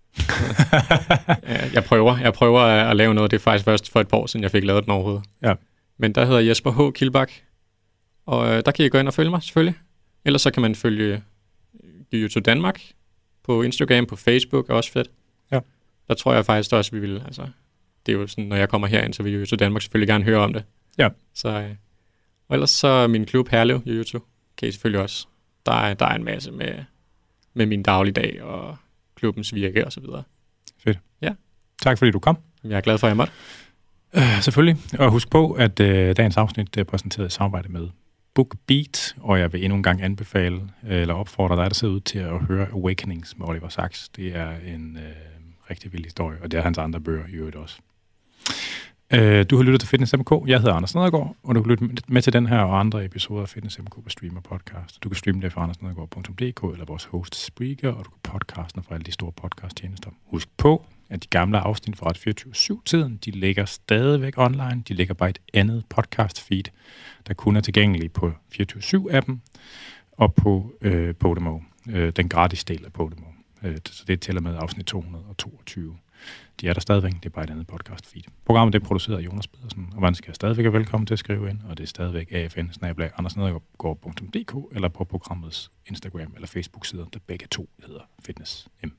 jeg prøver, jeg prøver at, at lave noget. Det er faktisk først for et par år siden, jeg fik lavet den overhovedet. Ja. Men der hedder Jesper H. Kilbak, og øh, der kan I gå ind og følge mig, selvfølgelig. Ellers så kan man følge Jiu-Jitsu Danmark på Instagram, på Facebook, er også fedt. Ja. Der tror jeg faktisk også, vi vil, altså, det er jo sådan, når jeg kommer herind, så vil Jiu-Jitsu Danmark selvfølgelig gerne høre om det. Ja. Så, øh, og ellers så min klub Herlev Jiu-Jitsu, kan I selvfølgelig også. Der er, der er en masse med, med min dagligdag og klubbens virke og så videre. Fedt. Ja. Tak fordi du kom. Jeg er glad for, at jeg måtte. Uh, selvfølgelig. Og husk på, at uh, dagens afsnit er præsenteret i samarbejde med BookBeat, og jeg vil endnu en gang anbefale, eller opfordre dig, der sidder ud til at høre Awakenings med Oliver Sacks. Det er en uh, rigtig vild historie, og det er hans andre bøger i øvrigt også. Uh, du har lyttet til Fitness M K. Jeg hedder Anders Nedergaard, og du kan lytte med til den her og andre episoder af Fitness M K på Streamer Podcast. Du kan streame det fra andersnedergaard punktum d k eller vores host Spreaker, og du kan podcasten fra alle de store podcasttjenester. Husk på, at de gamle afsnit fra Radio fireogtyve syv-tiden, de ligger stadigvæk online. De ligger bare et andet podcast-feed, der kun er tilgængelig på fireogtyve syv-appen og på øh, Podimo, øh, den gratis del af Podimo. Øh, så det tæller med afsnit to hundrede og toogtyve. De er der stadigvæk, det er bare et andet podcast-feed. Programmet det er produceret af Jonas Pedersen, og man skal stadigvæk være velkommen til at skrive ind, og det er stadigvæk A F N bindestreg andersnedergaard punktum d k eller på programmets Instagram eller Facebook-sider, der begge to hedder Fitness M